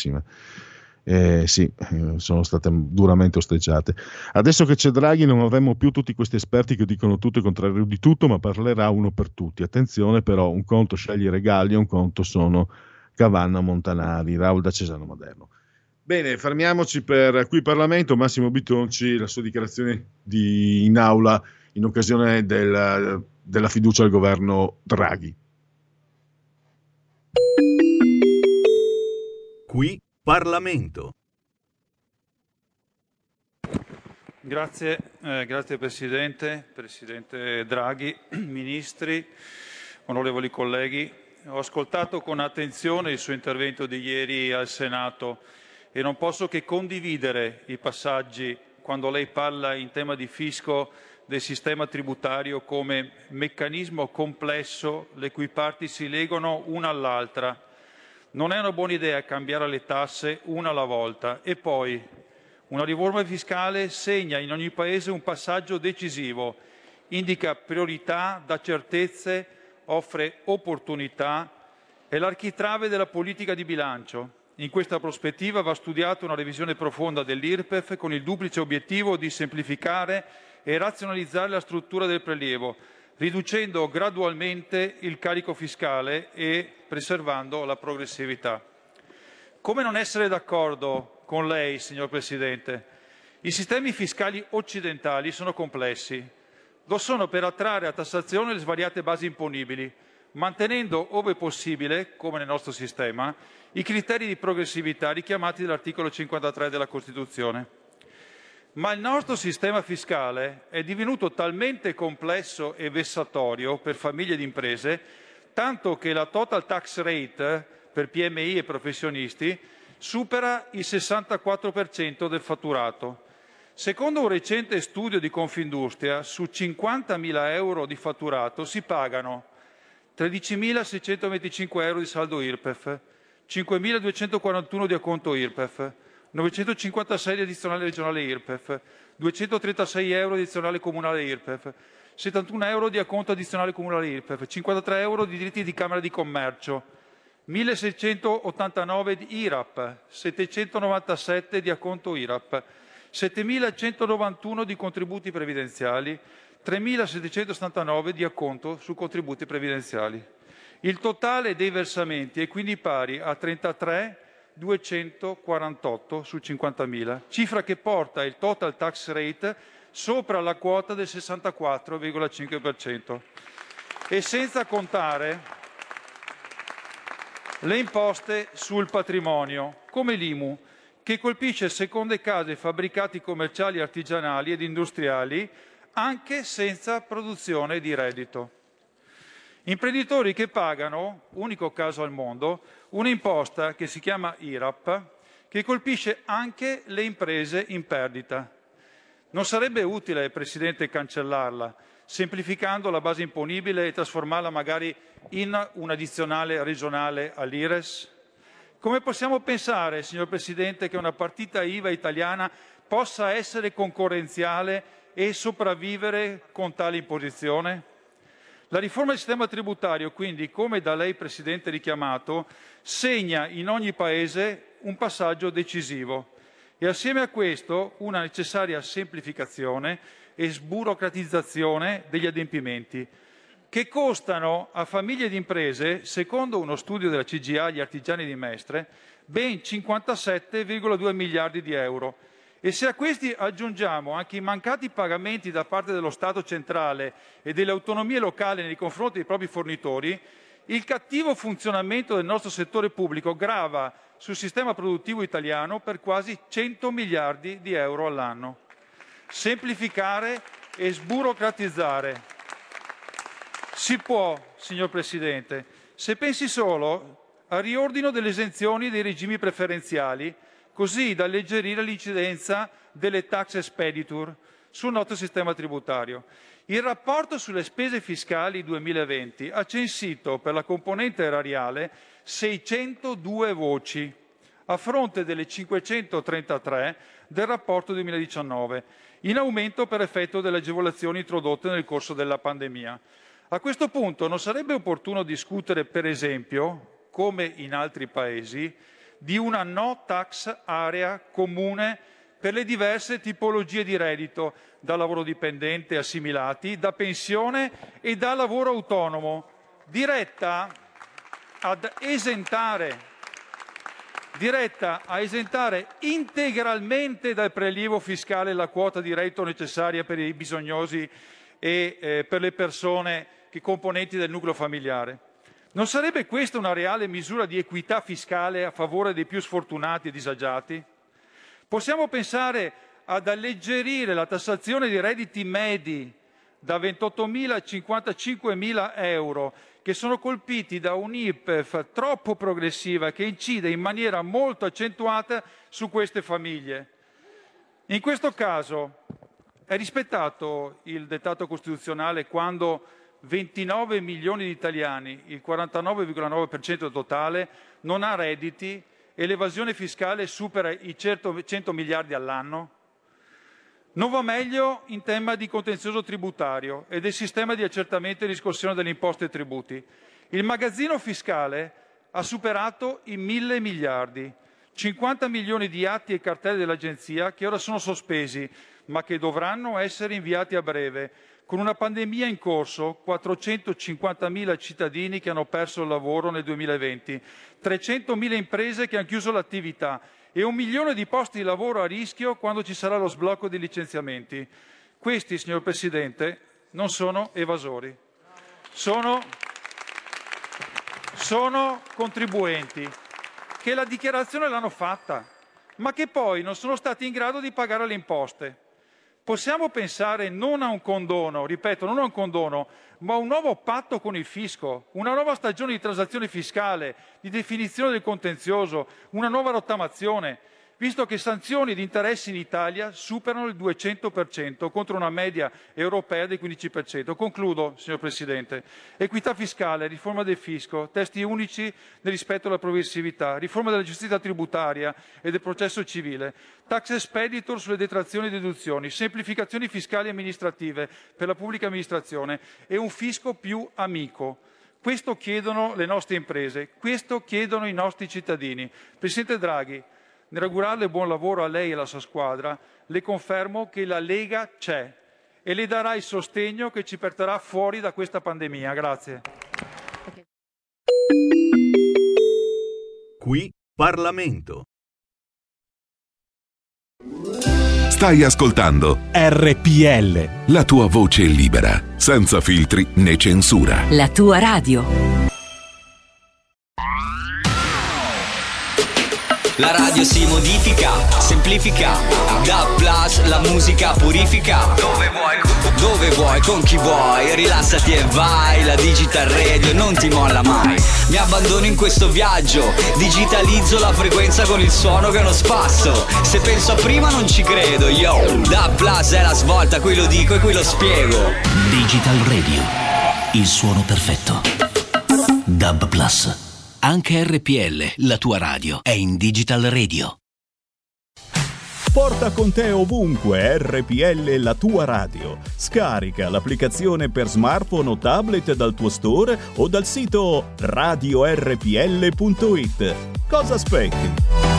Sì, sono state duramente osteggiate. Adesso che c'è Draghi non avremo più tutti questi esperti che dicono tutto e contrario di tutto, ma parlerà uno per tutti. Attenzione però, un conto sceglie i regali, un conto sono Cavanna Montanari. Raul da Cesano Maderno. Bene, fermiamoci per qui Parlamento. Massimo Bitonci, la sua dichiarazione in aula in occasione della fiducia al governo Draghi. Qui Parlamento. Grazie Presidente Draghi, ministri, onorevoli colleghi. Ho ascoltato con attenzione il suo intervento di ieri al Senato e non posso che condividere i passaggi quando lei parla in tema di fisco del sistema tributario come meccanismo complesso le cui parti si legano una all'altra. Non è una buona idea cambiare le tasse una alla volta. E poi una riforma fiscale segna in ogni Paese un passaggio decisivo, indica priorità, dà certezze, offre opportunità, è l'architrave della politica di bilancio. In questa prospettiva va studiata una revisione profonda dell'IRPEF con il duplice obiettivo di semplificare e razionalizzare la struttura del prelievo, riducendo gradualmente il carico fiscale e preservando la progressività. Come non essere d'accordo con lei, signor Presidente? I sistemi fiscali occidentali sono complessi. Lo sono per attrarre a tassazione le svariate basi imponibili, mantenendo, ove possibile, come nel nostro sistema, i criteri di progressività richiamati dall'articolo 53 della Costituzione. Ma il nostro sistema fiscale è divenuto talmente complesso e vessatorio per famiglie ed imprese, tanto che la total tax rate per PMI e professionisti supera il 64% del fatturato. Secondo un recente studio di Confindustria, su 50.000 euro di fatturato si pagano 13.625 euro di saldo IRPEF, 5.241 di acconto IRPEF, 956 di addizionale regionale IRPEF, 236 euro di addizionale comunale IRPEF, 71 euro di acconto addizionale comunale IRPEF, 53 euro di diritti di Camera di Commercio. 1.689 di IRAP, 797 di acconto IRAP, 7.191 di contributi previdenziali, 3.779 di acconto su contributi previdenziali. Il totale dei versamenti è quindi pari a 33.248 su 50.000, cifra che porta il total tax rate sopra la quota del 64,5%. E senza contare le imposte sul patrimonio, come l'IMU, che colpisce seconde case, fabbricati commerciali, artigianali ed industriali, anche senza produzione di reddito. Imprenditori che pagano, unico caso al mondo, un'imposta che si chiama IRAP, che colpisce anche le imprese in perdita. Non sarebbe utile, Presidente, cancellarla, semplificando la base imponibile e trasformarla magari in un'addizionale regionale all'IRES? Come possiamo pensare, signor Presidente, che una partita IVA italiana possa essere concorrenziale e sopravvivere con tale imposizione? La riforma del sistema tributario, quindi, come da lei, Presidente, richiamato, segna in ogni Paese un passaggio decisivo e assieme a questo una necessaria semplificazione e sburocratizzazione degli adempimenti, che costano a famiglie ed imprese, secondo uno studio della CGIA, gli artigiani di Mestre, ben 57,2 miliardi di euro. E se a questi aggiungiamo anche i mancati pagamenti da parte dello Stato centrale e delle autonomie locali nei confronti dei propri fornitori, il cattivo funzionamento del nostro settore pubblico grava sul sistema produttivo italiano per quasi 100 miliardi di euro all'anno. Semplificare e sburocratizzare si può, signor Presidente, se pensi solo al riordino delle esenzioni dei regimi preferenziali, così da alleggerire l'incidenza delle tax expenditure sul nostro sistema tributario. Il rapporto sulle spese fiscali 2020 ha censito per la componente erariale 602 voci, a fronte delle 533 del rapporto 2019, in aumento per effetto delle agevolazioni introdotte nel corso della pandemia. A questo punto non sarebbe opportuno discutere, per esempio, come in altri Paesi, di una no tax area comune per le diverse tipologie di reddito, da lavoro dipendente assimilati, da pensione e da lavoro autonomo, diretta a esentare integralmente dal prelievo fiscale la quota di reddito necessaria per i bisognosi e per le persone che componenti del nucleo familiare. Non sarebbe questa una reale misura di equità fiscale a favore dei più sfortunati e disagiati? Possiamo pensare ad alleggerire la tassazione dei redditi medi da 28.000 a 55.000 euro, che sono colpiti da un'IRPEF troppo progressiva che incide in maniera molto accentuata su queste famiglie. In questo caso è rispettato il dettato costituzionale quando 29 milioni di italiani, il 49,9% totale, non ha redditi e l'evasione fiscale supera i 100 miliardi all'anno? Non va meglio in tema di contenzioso tributario e del sistema di accertamento e riscossione delle imposte e tributi. Il magazzino fiscale ha superato i 1.000 miliardi, 50 milioni di atti e cartelle dell'Agenzia che ora sono sospesi, ma che dovranno essere inviati a breve. Con una pandemia in corso, 450.000 cittadini che hanno perso il lavoro nel 2020, 300.000 imprese che hanno chiuso l'attività e 1 milione di posti di lavoro a rischio quando ci sarà lo sblocco dei licenziamenti. Questi, signor Presidente, non sono evasori, sono contribuenti che la dichiarazione l'hanno fatta, ma che poi non sono stati in grado di pagare le imposte. Possiamo pensare non a un condono, ripeto, non a un condono, ma a un nuovo patto con il fisco, una nuova stagione di transazione fiscale, di definizione del contenzioso, una nuova rottamazione, visto che sanzioni ed interessi in Italia superano il 200% contro una media europea del 15%. Concludo, signor Presidente. Equità fiscale, riforma del fisco, testi unici nel rispetto alla progressività, riforma della giustizia tributaria e del processo civile, tax expeditor sulle detrazioni e deduzioni, semplificazioni fiscali e amministrative per la pubblica amministrazione e un fisco più amico. Questo chiedono le nostre imprese, questo chiedono i nostri cittadini. Presidente Draghi, nell'augurarle buon lavoro a lei e alla sua squadra, le confermo che la Lega c'è e le darà il sostegno che ci porterà fuori da questa pandemia. Grazie. Qui Parlamento. Stai ascoltando RPL. la tua voce libera, senza filtri né censura. La tua radio. La radio si modifica, semplifica, da plus la musica purifica. Dove vuoi, con chi vuoi, rilassati e vai. La Digital Radio non ti molla mai. Mi abbandono in questo viaggio, digitalizzo la frequenza con il suono che è uno spasso. Se penso a prima non ci credo, yo. Da plus è la svolta, qui lo dico e qui lo spiego. Digital Radio, il suono perfetto. DAB Plus. Anche RPL, la tua radio, è in Digital Radio. Porta con te ovunque RPL, la tua radio. Scarica l'applicazione per smartphone o tablet dal tuo store o dal sito radiorpl.it. Cosa aspetti?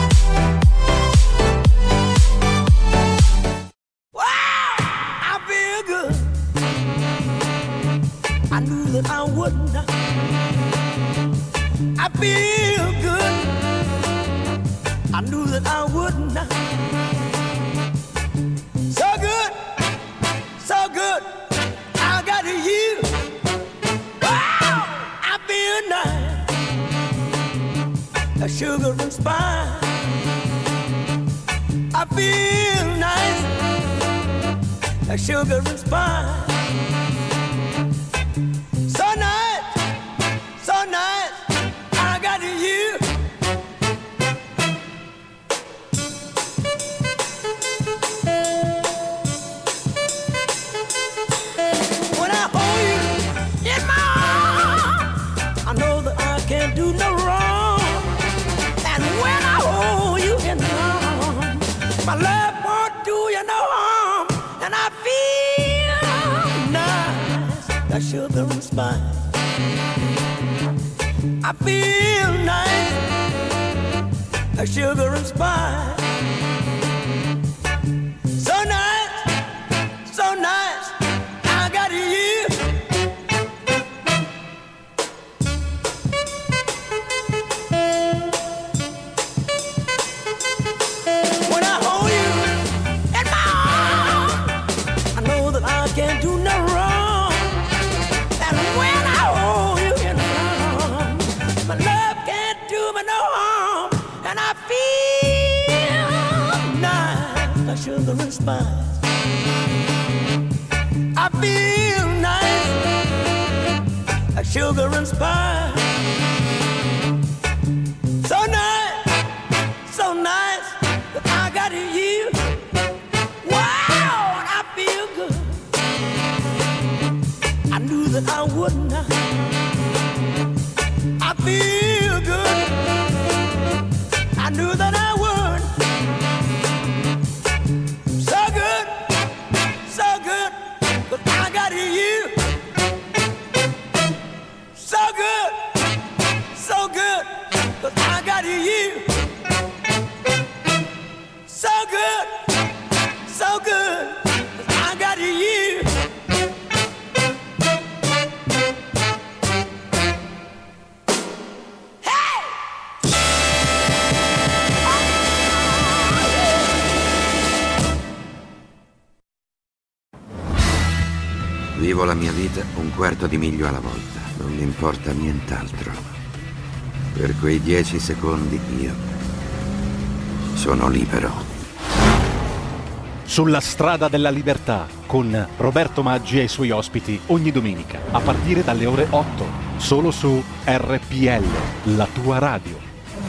I feel good. I knew that I wouldn't. I feel good. I knew that I wouldn't. So good, so good. I got you. Wow, I feel nice. A sugar and spice. I feel nice. A sugar and spice. So nice, so nice. I got you. When I hold you in my arms, I know that I can't do no wrong. And when I hold you in my arms, my love won't do you no harm. And I feel nice, that sugar and spice. I feel nice, like sugar and spice. So nice, so nice, I got you. When I hold you in my arms, I know that I can't do no wrong. And when I hold you in my arms, my love can't do me no harm. And I feel nice, like sugar and spice. I feel nice, like sugar and spice. So nice, so nice, that I got you. Wow, I feel good. I knew that I wouldn't. I feel good. I knew that I would. So good, but I got you. So good, but I got you. So good, but I got you. Vivo la mia vita un quarto di miglio alla volta, non mi importa nient'altro. Per quei 10 secondi io sono libero. Sulla strada della libertà con Roberto Maggi e i suoi ospiti ogni domenica a partire dalle ore 8, solo su RPL, la tua radio.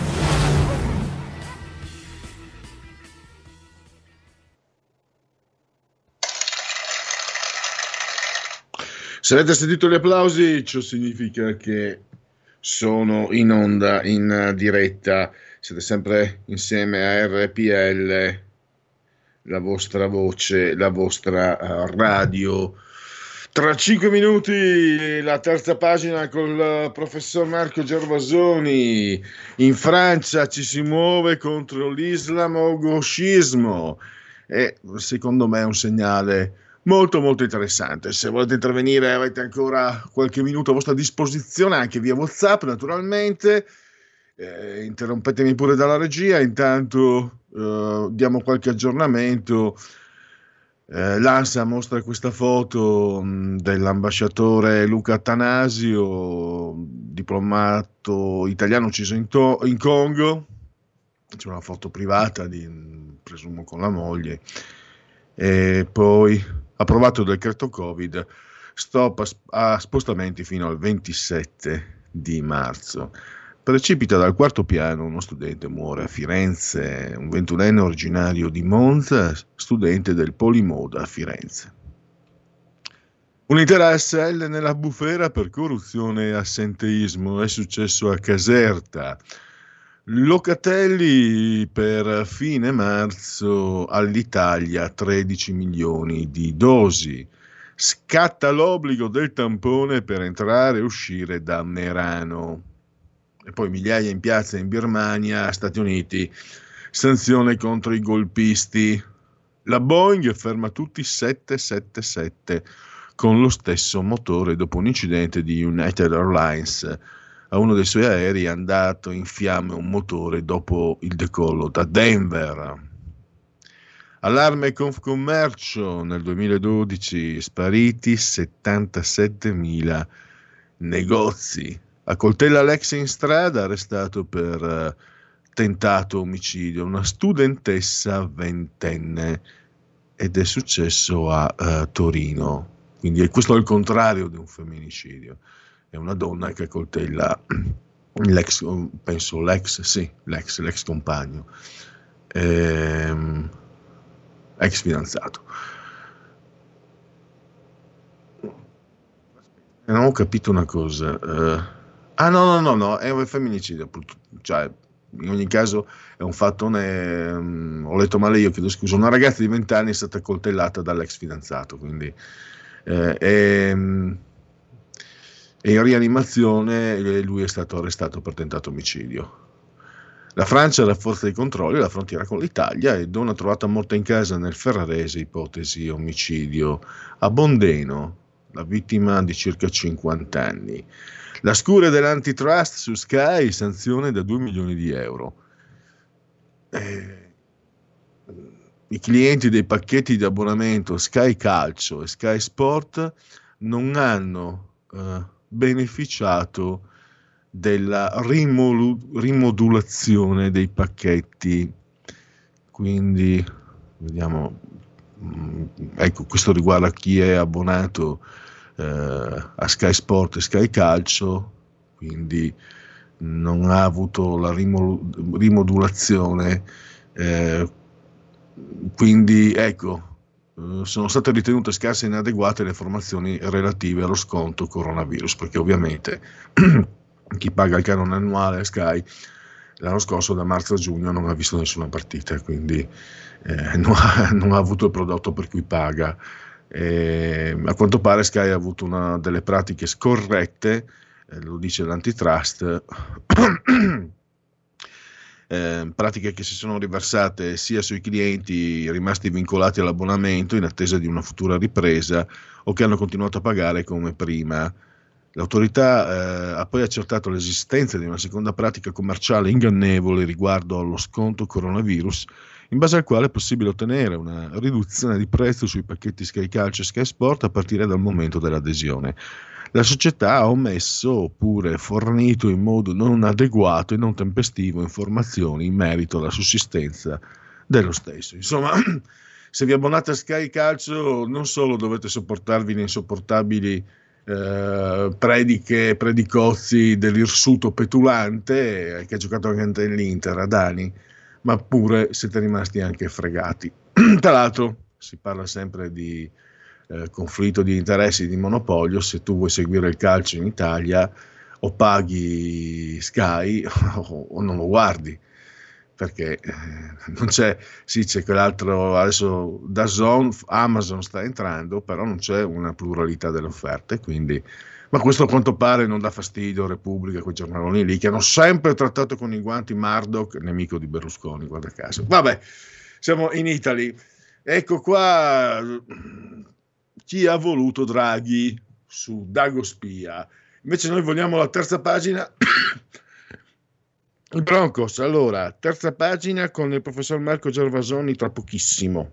Se avete sentito gli applausi, ciò significa che sono in onda, in diretta. Siete sempre insieme a RPL, la vostra voce, la vostra radio. Tra 5 minuti la terza pagina col professor Marco Gervasoni. In Francia ci si muove contro l'islamo-gauchismo e secondo me è un segnale molto molto interessante. Se volete intervenire avete ancora qualche minuto a vostra disposizione, anche via WhatsApp naturalmente. Interrompetemi pure dalla regia, intanto diamo qualche aggiornamento. L'ANSA mostra questa foto dell'ambasciatore Luca Attanasio, diplomato italiano ucciso in Congo. C'è una foto privata presumo con la moglie. E poi approvato il decreto Covid, stop a spostamenti fino al 27 di marzo. Precipita dal quarto piano, uno studente muore a Firenze, un 21enne originario di Monza, studente del Polimoda a Firenze. Un'intera SL nella bufera per corruzione e assenteismo, è successo a Caserta. Locatelli per fine marzo all'Italia 13 milioni di dosi. Scatta l'obbligo del tampone per entrare e uscire da Merano. E poi migliaia in piazza in Birmania, Stati Uniti, sanzione contro i golpisti. La Boeing ferma tutti 777 con lo stesso motore dopo un incidente di United Airlines. A uno dei suoi aerei è andato in fiamme un motore dopo il decollo da Denver. Allarme Confcommercio, nel 2012 spariti 77.000 negozi. Accoltella l'ex in strada, arrestato per tentato omicidio, una studentessa ventenne, ed è successo a Torino. Quindi questo è il contrario di un femminicidio. È una donna che accoltella l'ex compagno, ex fidanzato. Non ho capito una cosa. No, è un femminicidio, cioè in ogni caso è un fatto, ho letto male io, chiedo scusa, una ragazza di 20 anni è stata accoltellata dall'ex fidanzato, quindi è in rianimazione e lui è stato arrestato per tentato omicidio. La Francia rafforza i controlli alla frontiera con l'Italia e donna trovata morta in casa nel Ferrarese, ipotesi omicidio. A Bondeno, la vittima di circa 50 anni. La scure dell'antitrust su Sky, sanzione da 2 milioni di euro. I clienti dei pacchetti di abbonamento Sky Calcio e Sky Sport non hanno beneficiato della rimodulazione dei pacchetti. Quindi vediamo, ecco, questo riguarda chi è abbonato a Sky Sport e Sky Calcio, quindi non ha avuto la rimodulazione, quindi ecco, sono state ritenute scarse e inadeguate le informazioni relative allo sconto coronavirus, perché ovviamente chi paga il canone annuale Sky l'anno scorso da marzo a giugno non ha visto nessuna partita, quindi non ha avuto il prodotto per cui paga. A quanto pare Sky ha avuto una delle pratiche scorrette, lo dice l'antitrust, pratiche che si sono riversate sia sui clienti rimasti vincolati all'abbonamento in attesa di una futura ripresa o che hanno continuato a pagare come prima. L'autorità ha poi accertato l'esistenza di una seconda pratica commerciale ingannevole riguardo allo sconto coronavirus, in base al quale è possibile ottenere una riduzione di prezzo sui pacchetti Sky Calcio e Sky Sport a partire dal momento dell'adesione. La società ha omesso oppure fornito in modo non adeguato e non tempestivo informazioni in merito alla sussistenza dello stesso. Insomma, se vi abbonate a Sky Calcio non solo dovete sopportarvi le insopportabili predicozzi dell'irsuto petulante che ha giocato anche nell'Inter, Adani, ma pure siete rimasti anche fregati. Tra l'altro si parla sempre di conflitto di interessi, di monopolio. Se tu vuoi seguire il calcio in Italia o paghi Sky o non lo guardi, perché non c'è, sì, c'è quell'altro, adesso DAZN, Amazon sta entrando, però non c'è una pluralità delle offerte, quindi, ma questo a quanto pare non dà fastidio a Repubblica, quei giornaloni lì che hanno sempre trattato con i guanti Murdoch, nemico di Berlusconi, guarda caso. Vabbè, siamo in Italy. Ecco qua chi ha voluto Draghi su Dagospia. Invece noi vogliamo la terza pagina. Il Broncos, allora, terza pagina con il professor Marco Gervasoni tra pochissimo.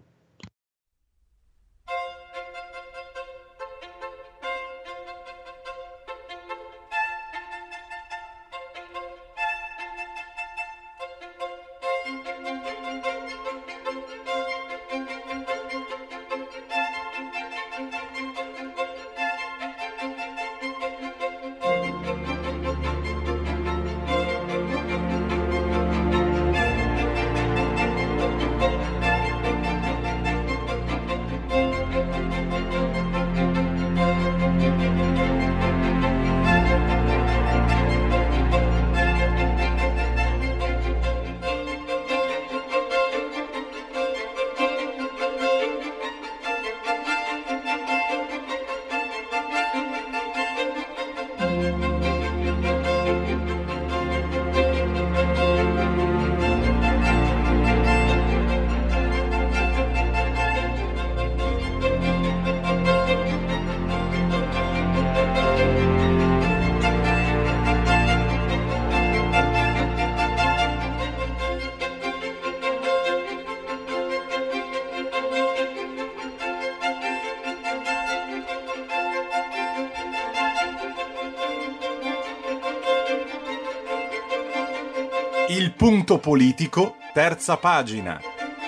Il punto politico, terza pagina.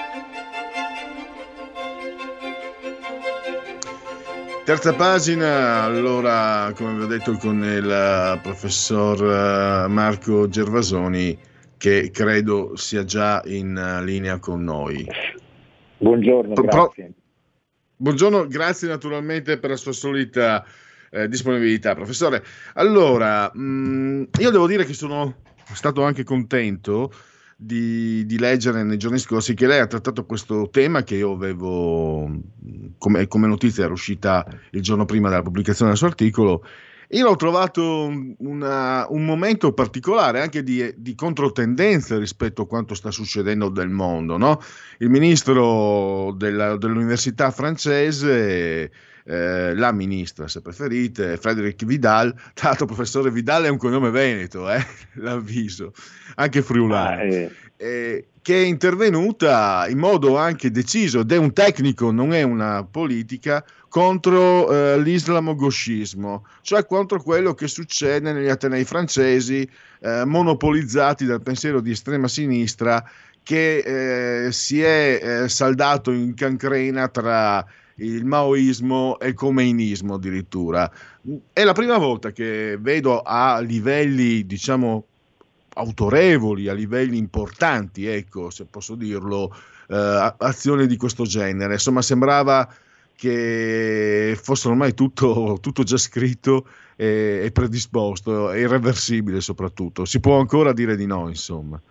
Terza pagina, allora, come vi ho detto, con il professor Marco Gervasoni, che credo sia già in linea con noi. Buongiorno, grazie. Buongiorno, grazie naturalmente per la sua solita disponibilità. Professore, allora, io devo dire che sono stato anche contento di leggere nei giorni scorsi che lei ha trattato questo tema che io avevo, come notizia era uscita il giorno prima della pubblicazione del suo articolo. Io l'ho trovato un momento particolare anche di controtendenza rispetto a quanto sta succedendo nel mondo, no? Il ministro dell'università francese, la ministra se preferite, Frédérique Vidal, tra l'altro professore Vidal è un cognome veneto, l'avviso, anche friulano, che è intervenuta in modo anche deciso, ed è un tecnico, non è una politica, contro l'islamo-gauchismo, cioè contro quello che succede negli atenei francesi monopolizzati dal pensiero di estrema sinistra che si è saldato in cancrena tra il maoismo e il khomeinismo addirittura. È la prima volta che vedo a livelli, diciamo, autorevoli, a livelli importanti, ecco, se posso dirlo, azioni di questo genere. Insomma, sembrava che fosse ormai tutto già scritto e predisposto, e irreversibile soprattutto. Si può ancora dire di no, insomma.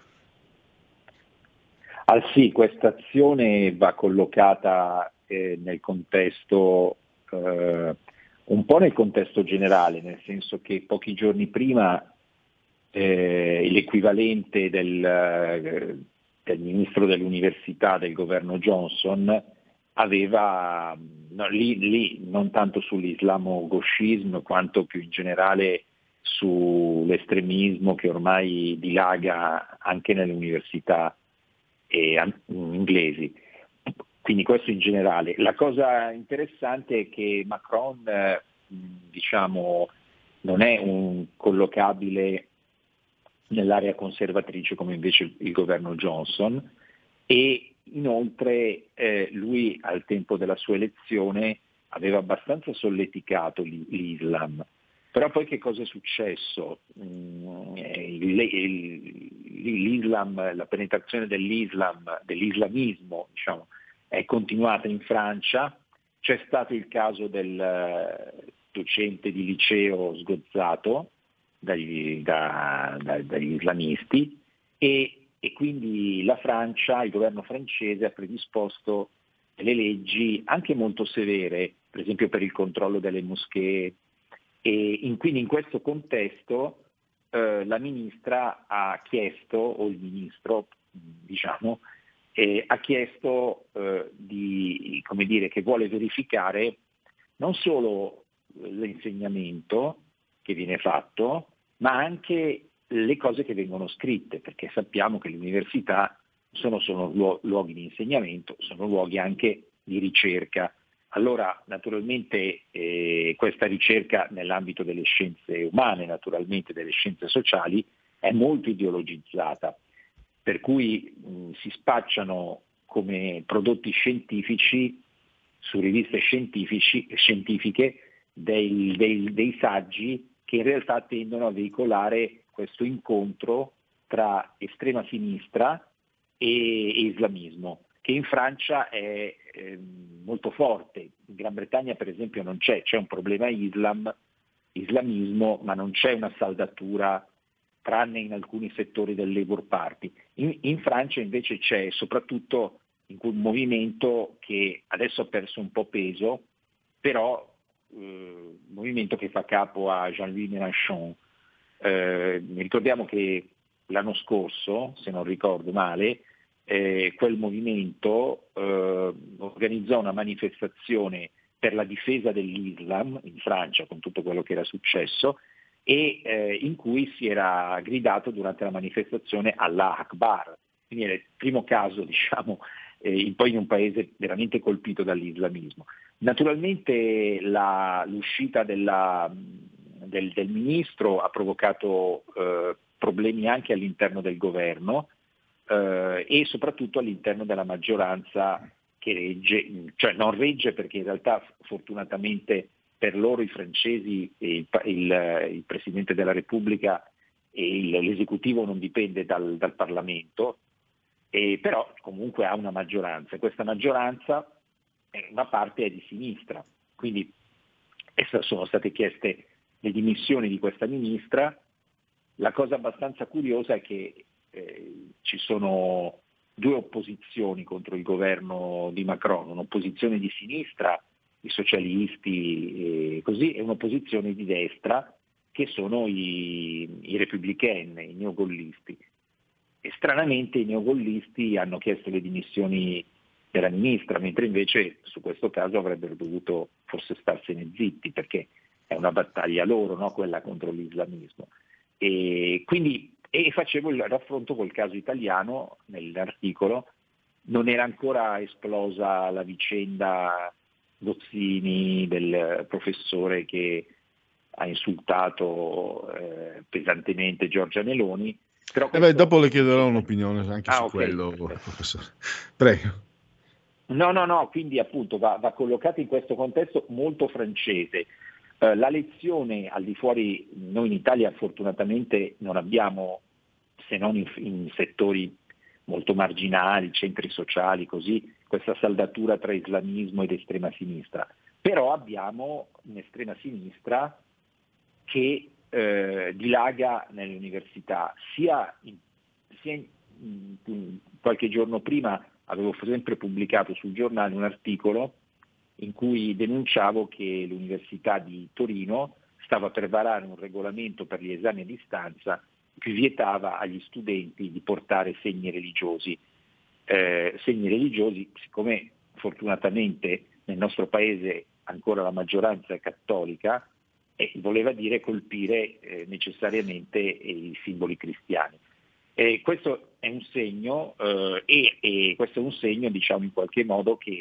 Sì, questa azione va collocata nel contesto, un po' nel contesto generale, nel senso che pochi giorni prima l'equivalente del ministro dell'università del governo Johnson aveva, lì non tanto sull'islamo-gauchismo quanto più in generale sull'estremismo che ormai dilaga anche nelle università inglesi. Quindi questo in generale. La cosa interessante è che Macron diciamo non è un collocabile nell'area conservatrice come invece il governo Johnson, e inoltre lui al tempo della sua elezione aveva abbastanza solleticato l'Islam. Però poi che cosa è successo? L'Islam, la penetrazione dell'islamismo, diciamo, è continuata in Francia. C'è stato il caso del docente di liceo sgozzato dagli islamisti, e e quindi la Francia, il governo francese ha predisposto delle leggi anche molto severe, per esempio per il controllo delle moschee, e quindi in questo contesto la ministra ha chiesto, o il ministro diciamo, ha chiesto che vuole verificare non solo l'insegnamento che viene fatto, ma anche le cose che vengono scritte, perché sappiamo che le università sono luoghi di insegnamento, sono luoghi anche di ricerca. Allora, naturalmente, questa ricerca nell'ambito delle scienze umane, naturalmente delle scienze sociali, è molto ideologizzata, per cui si spacciano come prodotti scientifici su riviste scientifiche dei saggi che in realtà tendono a veicolare questo incontro tra estrema sinistra e islamismo, che in Francia è molto forte. In Gran Bretagna per esempio non c'è un problema islamismo, ma non c'è una saldatura, tranne in alcuni settori del Labour Party. In Francia invece c'è soprattutto un movimento che adesso ha perso un po' peso, però un movimento che fa capo a Jean-Louis Mélenchon. Ricordiamo che l'anno scorso, se non ricordo male, quel movimento organizzò una manifestazione per la difesa dell'Islam in Francia, con tutto quello che era successo, e in cui si era gridato durante la manifestazione Allah Akbar. Quindi era il primo caso, diciamo, poi in un paese veramente colpito dall'islamismo. Naturalmente l'uscita del ministro ha provocato problemi anche all'interno del governo e soprattutto all'interno della maggioranza che regge, cioè non regge perché in realtà fortunatamente per loro i francesi e il Presidente della Repubblica e l'esecutivo non dipende dal Parlamento, però comunque ha una maggioranza. Questa maggioranza, una parte è di sinistra, quindi sono state chieste le dimissioni di questa ministra. La cosa abbastanza curiosa è che ci sono due opposizioni contro il governo di Macron, un'opposizione di sinistra, i socialisti e un'opposizione di destra che sono i républicains, i neogollisti. E stranamente i neogollisti hanno chiesto le dimissioni della ministra, mentre invece su questo caso avrebbero dovuto forse starsene zitti, perché è una battaglia loro, no? Quella contro l'islamismo. E facevo il raffronto col caso italiano nell'articolo. Non era ancora esplosa la vicenda Gozzini, del professore che ha insultato pesantemente Giorgia Meloni. Però dopo le chiederò un'opinione anche su quello, professore. Prego. No, quindi appunto va collocato in questo contesto molto francese. La lezione al di fuori, noi in Italia fortunatamente non abbiamo, se non in settori molto marginali, centri sociali, così, questa saldatura tra islamismo ed estrema sinistra. Però abbiamo un'estrema sinistra che dilaga nelle università, qualche giorno prima avevo sempre pubblicato sul giornale un articolo in cui denunciavo che l'Università di Torino stava per varare un regolamento per gli esami a distanza che vietava agli studenti di portare segni religiosi. Siccome fortunatamente nel nostro paese ancora la maggioranza è cattolica, voleva dire colpire necessariamente i simboli cristiani. Questo è un segno, questo è un segno, diciamo in qualche modo, che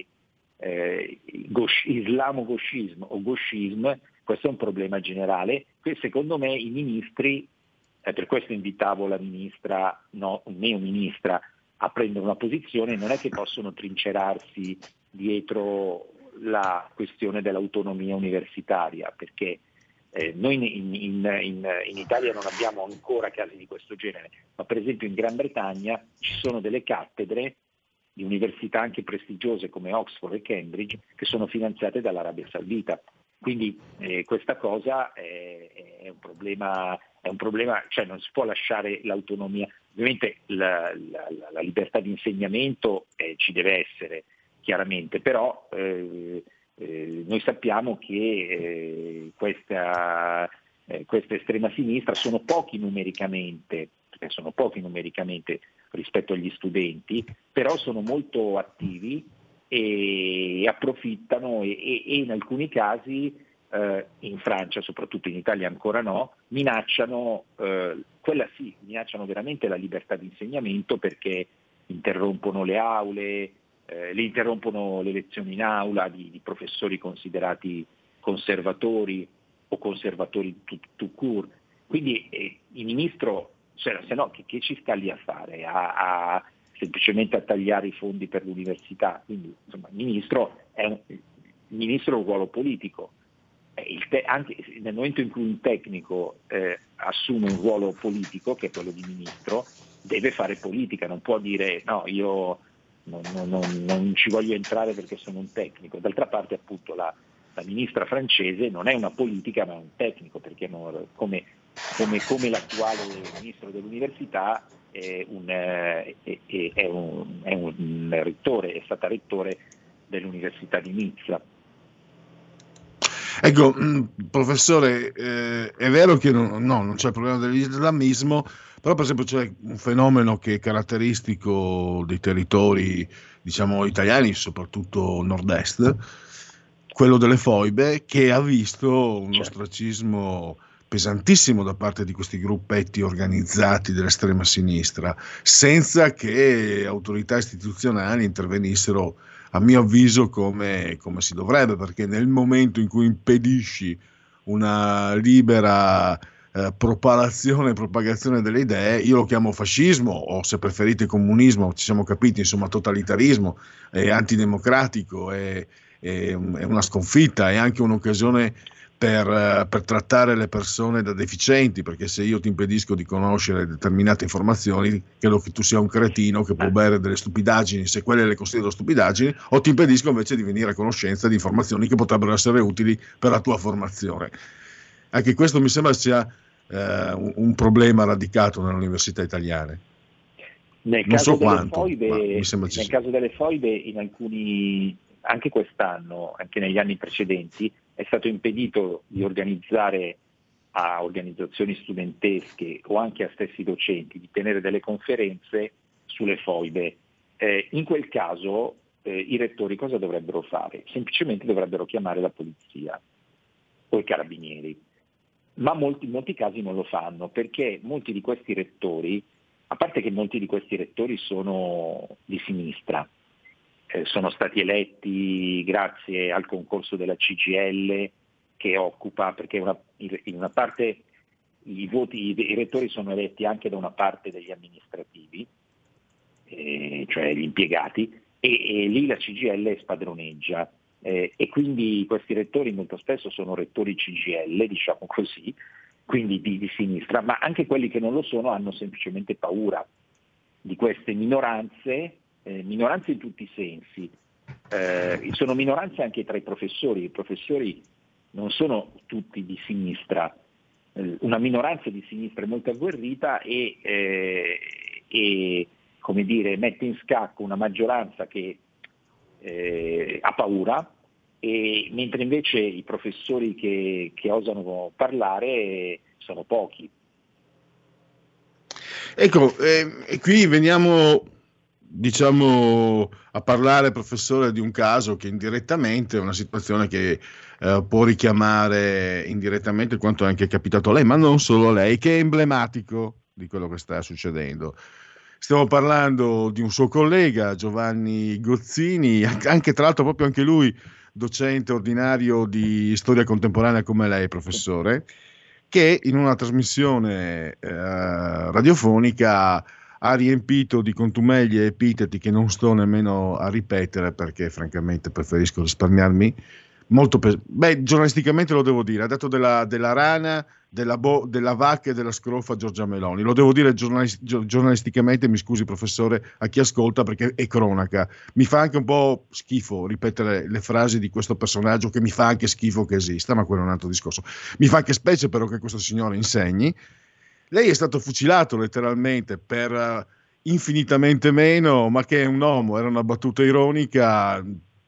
islamo-gauchismo o gauchisme, questo è un problema generale. Secondo me i ministri, per questo invitavo la ministra, neo-ministra, a prendere una posizione, non è che possono trincerarsi dietro la questione dell'autonomia universitaria, perché noi in Italia non abbiamo ancora casi di questo genere, ma per esempio in Gran Bretagna ci sono delle cattedre di università anche prestigiose come Oxford e Cambridge che sono finanziate dall'Arabia Saudita, Quindi questa cosa è un problema, cioè non si può lasciare l'autonomia. Ovviamente la libertà di insegnamento ci deve essere, chiaramente, però noi sappiamo che questa estrema sinistra sono pochi numericamente rispetto agli studenti, però sono molto attivi e approfittano e in alcuni casi, in Francia, soprattutto in Italia ancora no, minacciano veramente la libertà di insegnamento, perché interrompono le aule, interrompono le lezioni in aula di professori considerati conservatori o conservatori tout court. Quindi il ministro, se no che ci sta lì a fare? Semplicemente a tagliare i fondi per l'università. Quindi insomma, il ministro è un ruolo politico. Anche nel momento in cui un tecnico assume un ruolo politico, che è quello di ministro, deve fare politica, non può dire no, io non ci voglio entrare perché sono un tecnico. D'altra parte, appunto, la ministra francese non è una politica ma è un tecnico, perché come l'attuale ministro dell'università è un rettore, è stata rettore dell'università di Nizza. Ecco, professore, è vero che non c'è il problema dell'islamismo, però per esempio c'è un fenomeno che è caratteristico dei territori, diciamo, italiani, soprattutto nord-est, quello delle foibe, che ha visto un ostracismo pesantissimo da parte di questi gruppetti organizzati dell'estrema sinistra, senza che autorità istituzionali intervenissero, a mio avviso, come si dovrebbe, perché nel momento in cui impedisci una libera propagazione delle idee, io lo chiamo fascismo, o se preferite comunismo, ci siamo capiti, insomma, totalitarismo, è antidemocratico, è una sconfitta, è anche un'occasione per trattare le persone da deficienti, perché se io ti impedisco di conoscere determinate informazioni, credo che tu sia un cretino che può bere delle stupidaggini, se quelle le considero stupidaggini, o ti impedisco invece di venire a conoscenza di informazioni che potrebbero essere utili per la tua formazione. Anche questo mi sembra sia un problema radicato nelle università italiane. Nel caso delle foibe, in alcuni, anche quest'anno, anche negli anni precedenti, è stato impedito di organizzare a organizzazioni studentesche o anche a stessi docenti di tenere delle conferenze sulle foibe. In quel caso i rettori cosa dovrebbero fare? Semplicemente dovrebbero chiamare la polizia o i carabinieri, ma in molti casi non lo fanno, perché molti di questi rettori, a parte che molti di questi rettori sono di sinistra, sono stati eletti grazie al concorso della CGIL, che occupa, perché in una parte i rettori sono eletti anche da una parte degli amministrativi, cioè gli impiegati, e lì la CGIL spadroneggia, e quindi questi rettori molto spesso sono rettori CGIL, diciamo così, quindi di sinistra, ma anche quelli che non lo sono hanno semplicemente paura di queste minoranze in tutti i sensi. Sono minoranze anche tra i professori non sono tutti di sinistra, una minoranza di sinistra è molto agguerrita e come dire, mette in scacco una maggioranza che ha paura, e mentre invece i professori che osano parlare sono pochi. Ecco, e qui veniamo, diciamo, a parlare, professore, di un caso che indirettamente è una situazione che può richiamare indirettamente quanto è anche capitato a lei, ma non solo a lei, che è emblematico di quello che sta succedendo. Stiamo parlando di un suo collega, Giovanni Gozzini, anche tra l'altro proprio anche lui docente ordinario di storia contemporanea come lei, professore, che in una trasmissione radiofonica ha riempito di contumegli e epiteti che non sto nemmeno a ripetere, perché francamente preferisco risparmiarmi, giornalisticamente lo devo dire, ha dato della rana, della vacca e della scrofa a Giorgia Meloni. Lo devo dire giornalisticamente, mi scusi professore, a chi ascolta, perché è cronaca. Mi fa anche un po' schifo ripetere le frasi di questo personaggio, che mi fa anche schifo che esista, ma quello è un altro discorso. Mi fa anche specie però che questo signore insegni. Lei è stato fucilato letteralmente per infinitamente meno, ma che è un uomo, era una battuta ironica.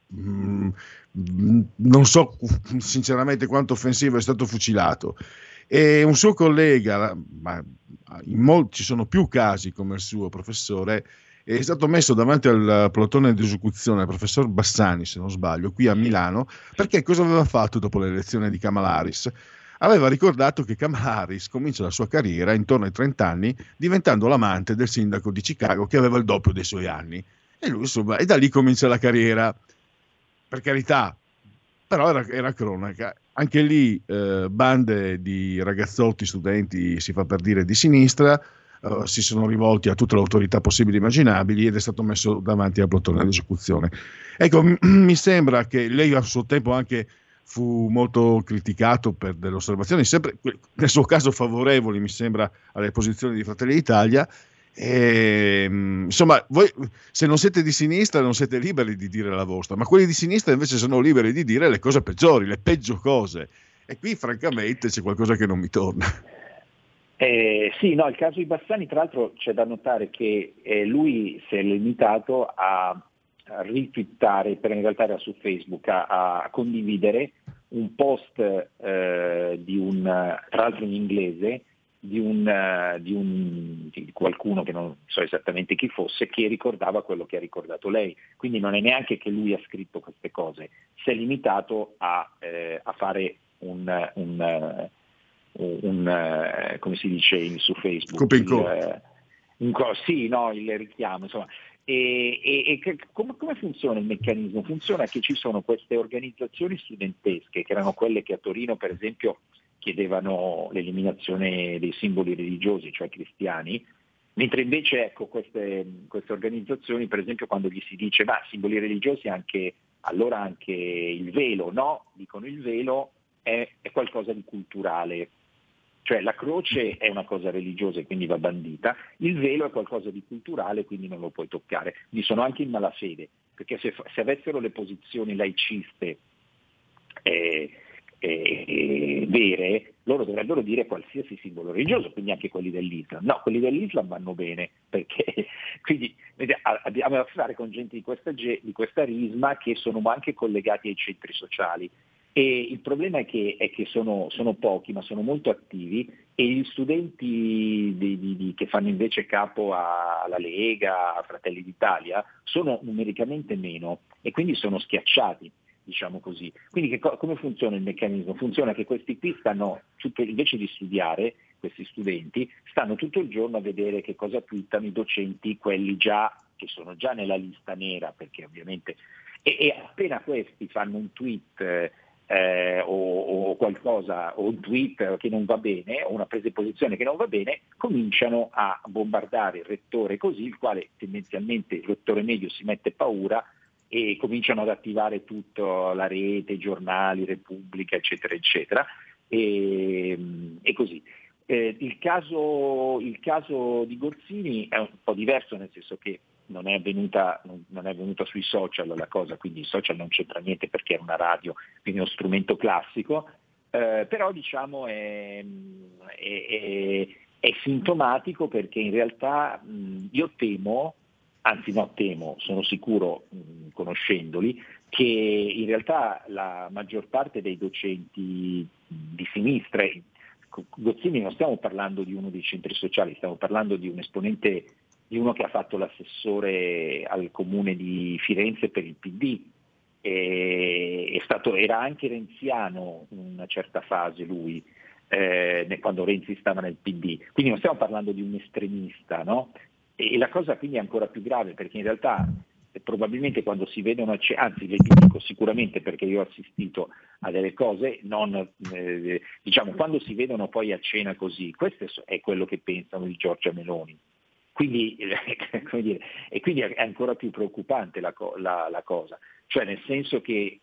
Non so sinceramente quanto offensivo è stato fucilato, e un suo collega, ma ci sono più casi come il suo, professore, è stato messo davanti al plotone di esecuzione, il professor Bassani se non sbaglio, qui a Milano, perché cosa aveva fatto dopo l'elezione di Kamala Harris? Aveva ricordato che Kamala Harris comincia la sua carriera intorno ai 30 anni diventando l'amante del sindaco di Chicago che aveva il doppio dei suoi anni, e lui insomma, e da lì comincia la carriera. Per carità, però era cronaca. Anche lì bande di ragazzotti, studenti, si fa per dire, di sinistra, si sono rivolti a tutte le autorità possibili e immaginabili, ed è stato messo davanti al plotone di esecuzione. Ecco, mi sembra che lei a suo tempo anche fu molto criticato per delle osservazioni, sempre nel suo caso favorevoli, mi sembra, alle posizioni di Fratelli d'Italia. Insomma, voi se non siete di sinistra non siete liberi di dire la vostra, ma quelli di sinistra invece sono liberi di dire le cose peggiori, le peggio cose, e qui francamente c'è qualcosa che non mi torna. Sì, no, il caso di Bassani, tra l'altro c'è da notare che lui si è limitato a ritwittare, per in realtà era su Facebook, a condividere un post di tra l'altro in inglese, di qualcuno che non so esattamente chi fosse, che ricordava quello che ha ricordato lei. Quindi non è neanche che lui ha scritto queste cose, si è limitato a fare un come si dice su Facebook, il richiamo, insomma. E come funziona il meccanismo? Funziona che ci sono queste organizzazioni studentesche, che erano quelle che a Torino per esempio chiedevano l'eliminazione dei simboli religiosi, cioè cristiani, mentre invece ecco queste organizzazioni, per esempio, quando gli si dice ma simboli religiosi allora anche il velo, no, dicono il velo è qualcosa di culturale, cioè la croce è una cosa religiosa e quindi va bandita, il velo è qualcosa di culturale, quindi non lo puoi toccare. Quindi sono anche in malafede, perché se avessero le posizioni laiciste vere, loro dovrebbero dire qualsiasi simbolo religioso, quindi anche quelli dell'Islam. No, quelli dell'Islam vanno bene, perché quindi abbiamo a fare con gente di questa risma che sono anche collegati ai centri sociali. E il problema è che sono pochi, ma sono molto attivi, e gli studenti che fanno invece capo alla Lega, a Fratelli d'Italia, sono numericamente meno e quindi sono schiacciati, diciamo così. Quindi come funziona il meccanismo? Funziona che questi qui stanno, invece di studiare, questi studenti, stanno tutto il giorno a vedere che cosa twittano i docenti, quelli che sono già nella lista nera, perché ovviamente, e appena questi fanno un tweet o qualcosa, o un tweet che non va bene, o una presa di posizione che non va bene, cominciano a bombardare il rettore così, il quale tendenzialmente, il rettore medio, si mette paura e cominciano ad attivare tutta la rete, i giornali, Repubblica, eccetera, eccetera, e così. Il caso di Gozzini è un po' diverso, nel senso che non è avvenuta sui social la cosa, quindi i social non c'entra niente perché è una radio, quindi è uno strumento classico, però diciamo è sintomatico, perché in realtà io sono sicuro, conoscendoli, che in realtà la maggior parte dei docenti di sinistra, Gozzini non stiamo parlando di uno dei centri sociali, stiamo parlando di un esponente, di uno che ha fatto l'assessore al comune di Firenze per il PD, era anche renziano in una certa fase lui, quando Renzi stava nel PD, quindi non stiamo parlando di un estremista, no? E la cosa quindi è ancora più grave, perché in realtà probabilmente quando si vedono, anzi le giudico sicuramente perché io ho assistito a delle cose, quando si vedono poi a cena così, questo è quello che pensano di Giorgia Meloni. Quindi, e quindi è ancora più preoccupante la cosa. cioè nel senso che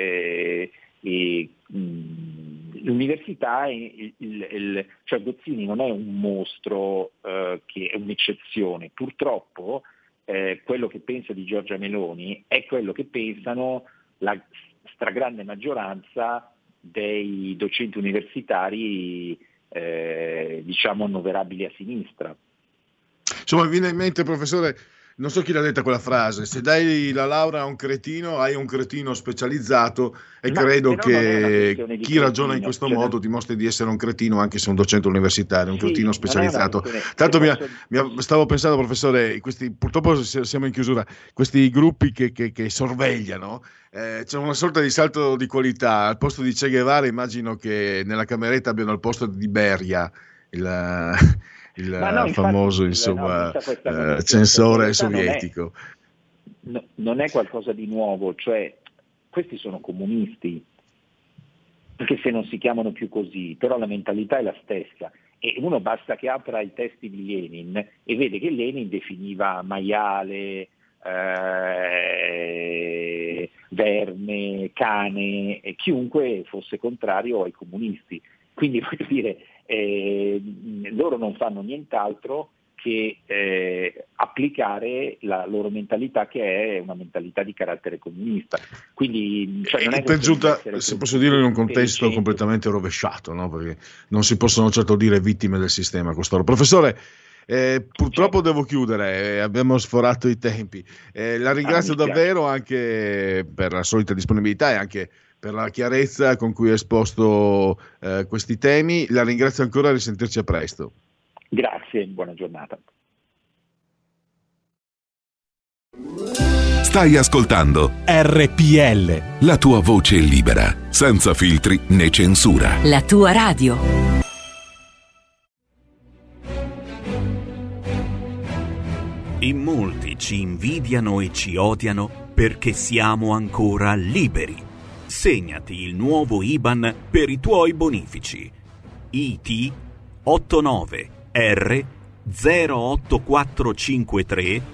l'università, cioè Gozzini non è un mostro che è un'eccezione, purtroppo quello che pensa di Giorgia Meloni è quello che pensano la stragrande maggioranza dei docenti universitari diciamo annoverabili a sinistra. Insomma, mi viene in mente, professore, non so chi l'ha detta quella frase: se dai la laurea a un cretino, hai un cretino specializzato, e credo che chi ragiona in questo modo dimostri di essere un cretino, anche se un docente universitario, un cretino specializzato. Tanto stavo pensando, professore, purtroppo siamo in chiusura, questi gruppi che sorvegliano, c'è una sorta di salto di qualità. Al posto di Che Guevara immagino che nella cameretta abbiano il posto di Beria, il famoso censore sovietico. Non è qualcosa di nuovo, cioè questi sono comunisti, perché se non si chiamano più così, però la mentalità è la stessa, e uno basta che apra i testi di Lenin e vede che Lenin definiva maiale, verme, cane, e chiunque fosse contrario ai comunisti. Quindi voglio dire, loro non fanno nient'altro che applicare la loro mentalità, che è una mentalità di carattere comunista. Quindi non è se posso dire, in un contesto completamente rovesciato, no? Perché non si possono certo dire vittime del sistema costoro. Professore, purtroppo devo chiudere, abbiamo sforato i tempi. La ringrazio davvero anche per la solita disponibilità e anche per la chiarezza con cui ha esposto questi temi. La ringrazio ancora, a risentirci a presto. Grazie, buona giornata. Stai ascoltando RPL, la tua voce libera, senza filtri né censura. La tua radio. In molti ci invidiano e ci odiano perché siamo ancora liberi. Segnati il nuovo IBAN per i tuoi bonifici. IT 89 R 08453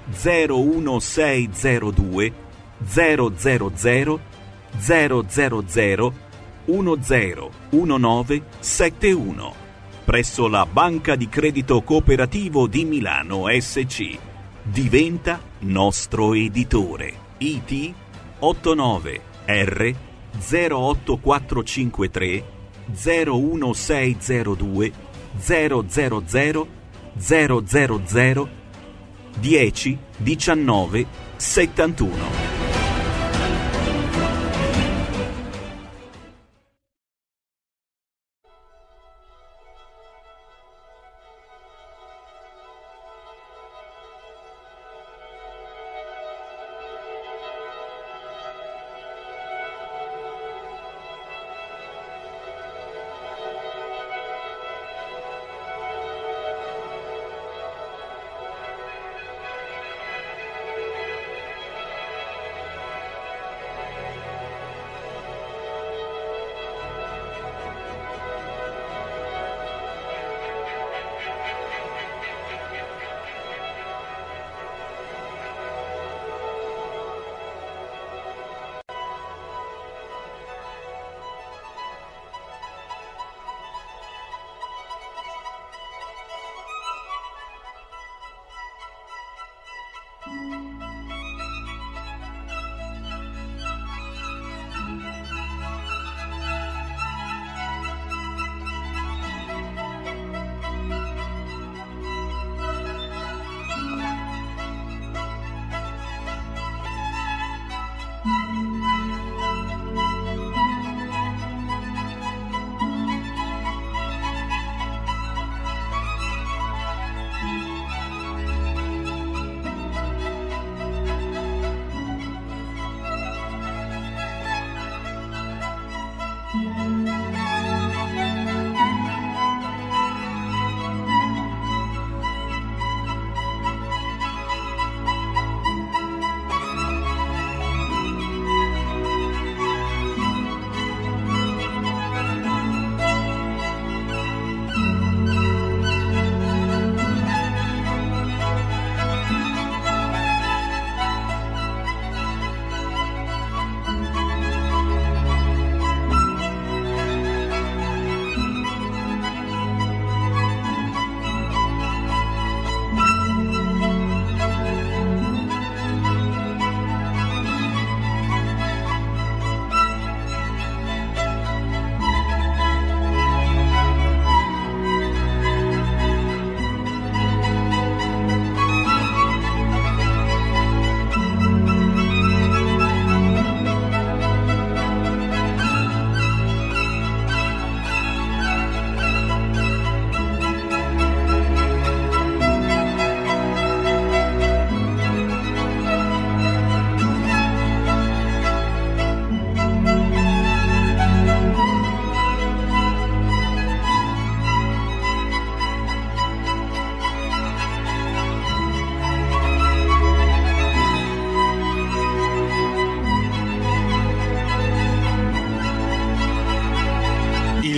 01602 000 000 101971 presso la Banca di Credito Cooperativo di Milano SC. Diventa nostro editore. IT 89 R 08453 01602 000 000 10 19 71.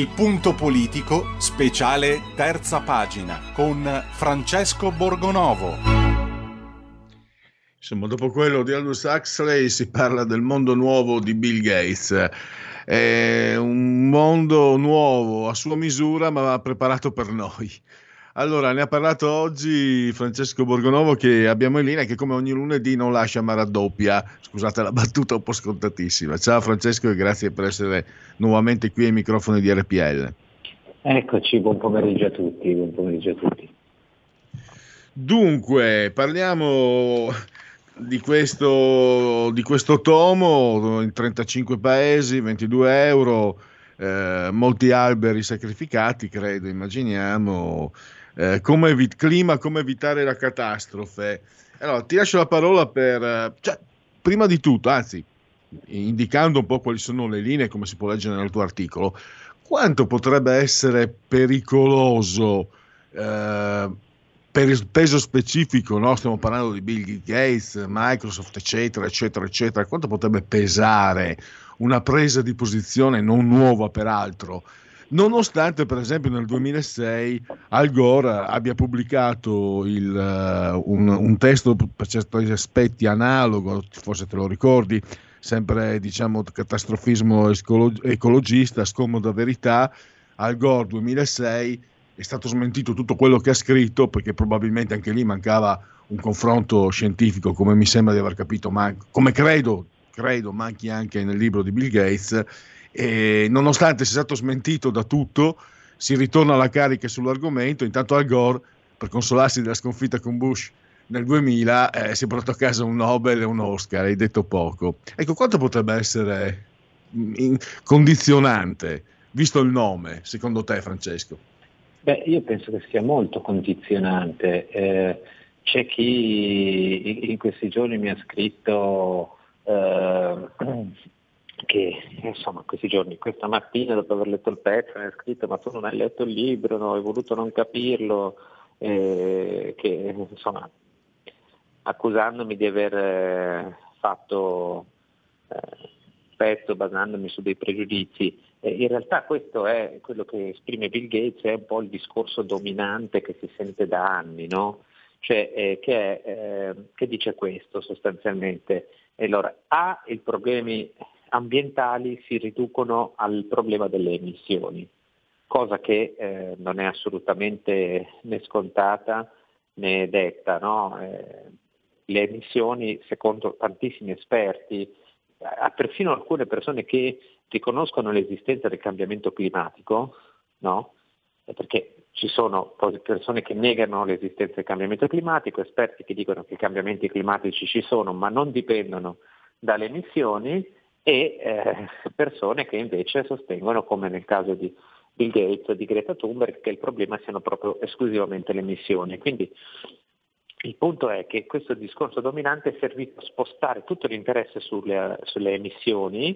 Il punto politico, speciale terza pagina, con Francesco Borgonovo. Insomma, dopo quello di Aldous Huxley si parla del mondo nuovo di Bill Gates. È un mondo nuovo a sua misura, ma preparato per noi. Allora, ne ha parlato oggi Francesco Borgonovo, che abbiamo in linea, che come ogni lunedì non lascia ma raddoppia. Scusate la battuta un po' scontatissima. Ciao Francesco e grazie per essere nuovamente qui ai microfoni di RPL. Eccoci, buon pomeriggio a tutti. Dunque, parliamo di questo tomo in 35 paesi, 22 euro, molti alberi sacrificati, credo, immaginiamo. Come evitare la catastrofe. Allora, ti lascio la parola prima di tutto, anzi, indicando un po' quali sono le linee, come si può leggere nel tuo articolo, quanto potrebbe essere pericoloso per il peso specifico, no? Stiamo parlando di Bill Gates, Microsoft, eccetera, eccetera, eccetera, quanto potrebbe pesare una presa di posizione non nuova peraltro, nonostante per esempio nel 2006 Al Gore abbia pubblicato un testo per certi aspetti analogo, forse te lo ricordi, sempre diciamo catastrofismo ecologista, scomoda verità. Al Gore 2006 è stato smentito tutto quello che ha scritto, perché probabilmente anche lì mancava un confronto scientifico, come mi sembra di aver capito, ma come credo manchi anche nel libro di Bill Gates. E nonostante sia stato smentito da tutto, si ritorna alla carica sull'argomento. Intanto Al Gore, per consolarsi della sconfitta con Bush nel 2000, si è portato a casa un Nobel e un Oscar, hai detto poco. Ecco, quanto potrebbe essere condizionante, visto il nome, secondo te, Francesco? Beh, io penso che sia molto condizionante. C'è chi in questi giorni mi ha scritto che insomma questa mattina dopo aver letto il pezzo mi ha scritto: ma tu non hai letto il libro, no? Hai voluto non capirlo, che insomma accusandomi di aver fatto pezzo basandomi su dei pregiudizi. In realtà questo è quello che esprime Bill Gates, è un po' il discorso dominante che si sente da anni, no? Cioè che dice questo sostanzialmente. Allora, i problemi ambientali si riducono al problema delle emissioni, cosa che non è assolutamente né scontata né detta, no? Le emissioni, secondo tantissimi esperti, persino alcune persone che riconoscono l'esistenza del cambiamento climatico, no? Perché ci sono persone che negano l'esistenza del cambiamento climatico, esperti che dicono che i cambiamenti climatici ci sono ma non dipendono dalle emissioni, e persone che invece sostengono, come nel caso di Bill Gates o di Greta Thunberg, che il problema siano proprio esclusivamente le emissioni. Quindi il punto è che questo discorso dominante è servito a spostare tutto l'interesse sulle emissioni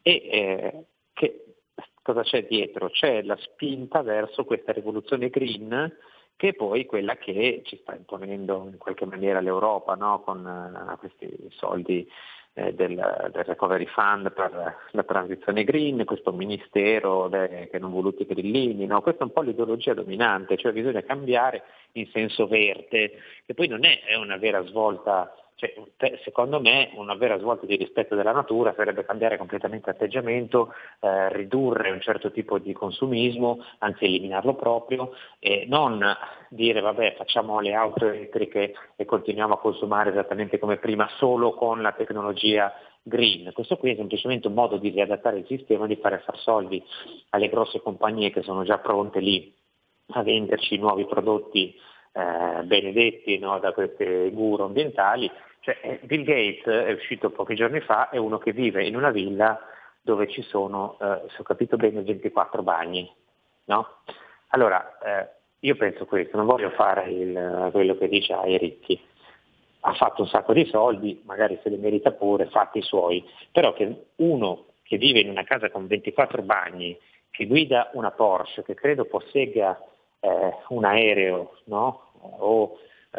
e che cosa c'è dietro? C'è la spinta verso questa rivoluzione green, che è poi quella che ci sta imponendo in qualche maniera l'Europa, no? Con questi soldi del Recovery Fund per la transizione green, questo ministero che non voluti grillini, no? Questa è un po' l'ideologia dominante, cioè bisogna cambiare in senso verde, che poi non è una vera svolta. Cioè, secondo me una vera svolta di rispetto della natura sarebbe cambiare completamente atteggiamento, ridurre un certo tipo di consumismo, anzi eliminarlo proprio, e non dire vabbè facciamo le auto elettriche e continuiamo a consumare esattamente come prima solo con la tecnologia green. Questo qui è semplicemente un modo di riadattare il sistema, di far soldi alle grosse compagnie che sono già pronte lì a venderci nuovi prodotti benedetti, no, da queste guru ambientali. Cioè, Bill Gates è uscito pochi giorni fa, è uno che vive in una villa dove ci sono, se ho capito bene, 24 bagni, no? Allora, io penso questo, non voglio fare quello che dice ai ricchi. Ha fatto un sacco di soldi, magari se li merita pure, fatti i suoi, però che uno che vive in una casa con 24 bagni, che guida una Porsche, che credo possegga un aereo, no? O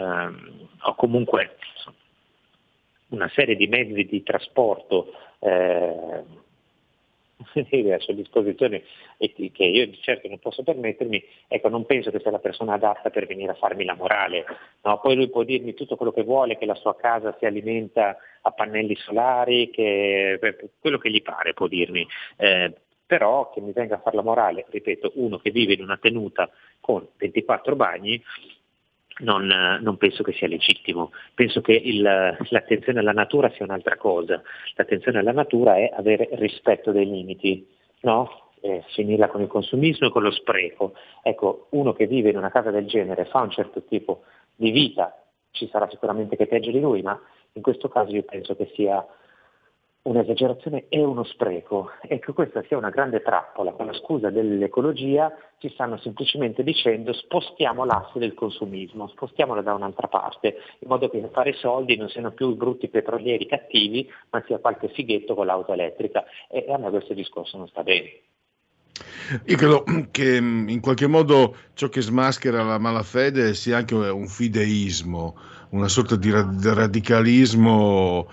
comunque una serie di mezzi di trasporto a sua disposizione e che io certo non posso permettermi, ecco, non penso che sia la persona adatta per venire a farmi la morale, no? Poi lui può dirmi tutto quello che vuole, che la sua casa si alimenta a pannelli solari, che quello che gli pare può dirmi, però che mi venga a fare la morale, ripeto, uno che vive in una tenuta con 24 bagni, non penso che sia legittimo. Penso che l'attenzione alla natura sia un'altra cosa. L'attenzione alla natura è avere rispetto dei limiti, no? Finirla con il consumismo e con lo spreco. Ecco, uno che vive in una casa del genere fa un certo tipo di vita, ci sarà sicuramente che peggio di lui, ma in questo caso io penso che sia un'esagerazione e uno spreco, e che questa sia una grande trappola. Con la scusa dell'ecologia ci stanno semplicemente dicendo spostiamo l'asse del consumismo, spostiamolo da un'altra parte, in modo che a fare soldi non siano più i brutti petrolieri cattivi, ma sia qualche fighetto con l'auto elettrica, e a me questo discorso non sta bene. Io credo che in qualche modo ciò che smaschera la malafede sia anche un fideismo, una sorta di radicalismo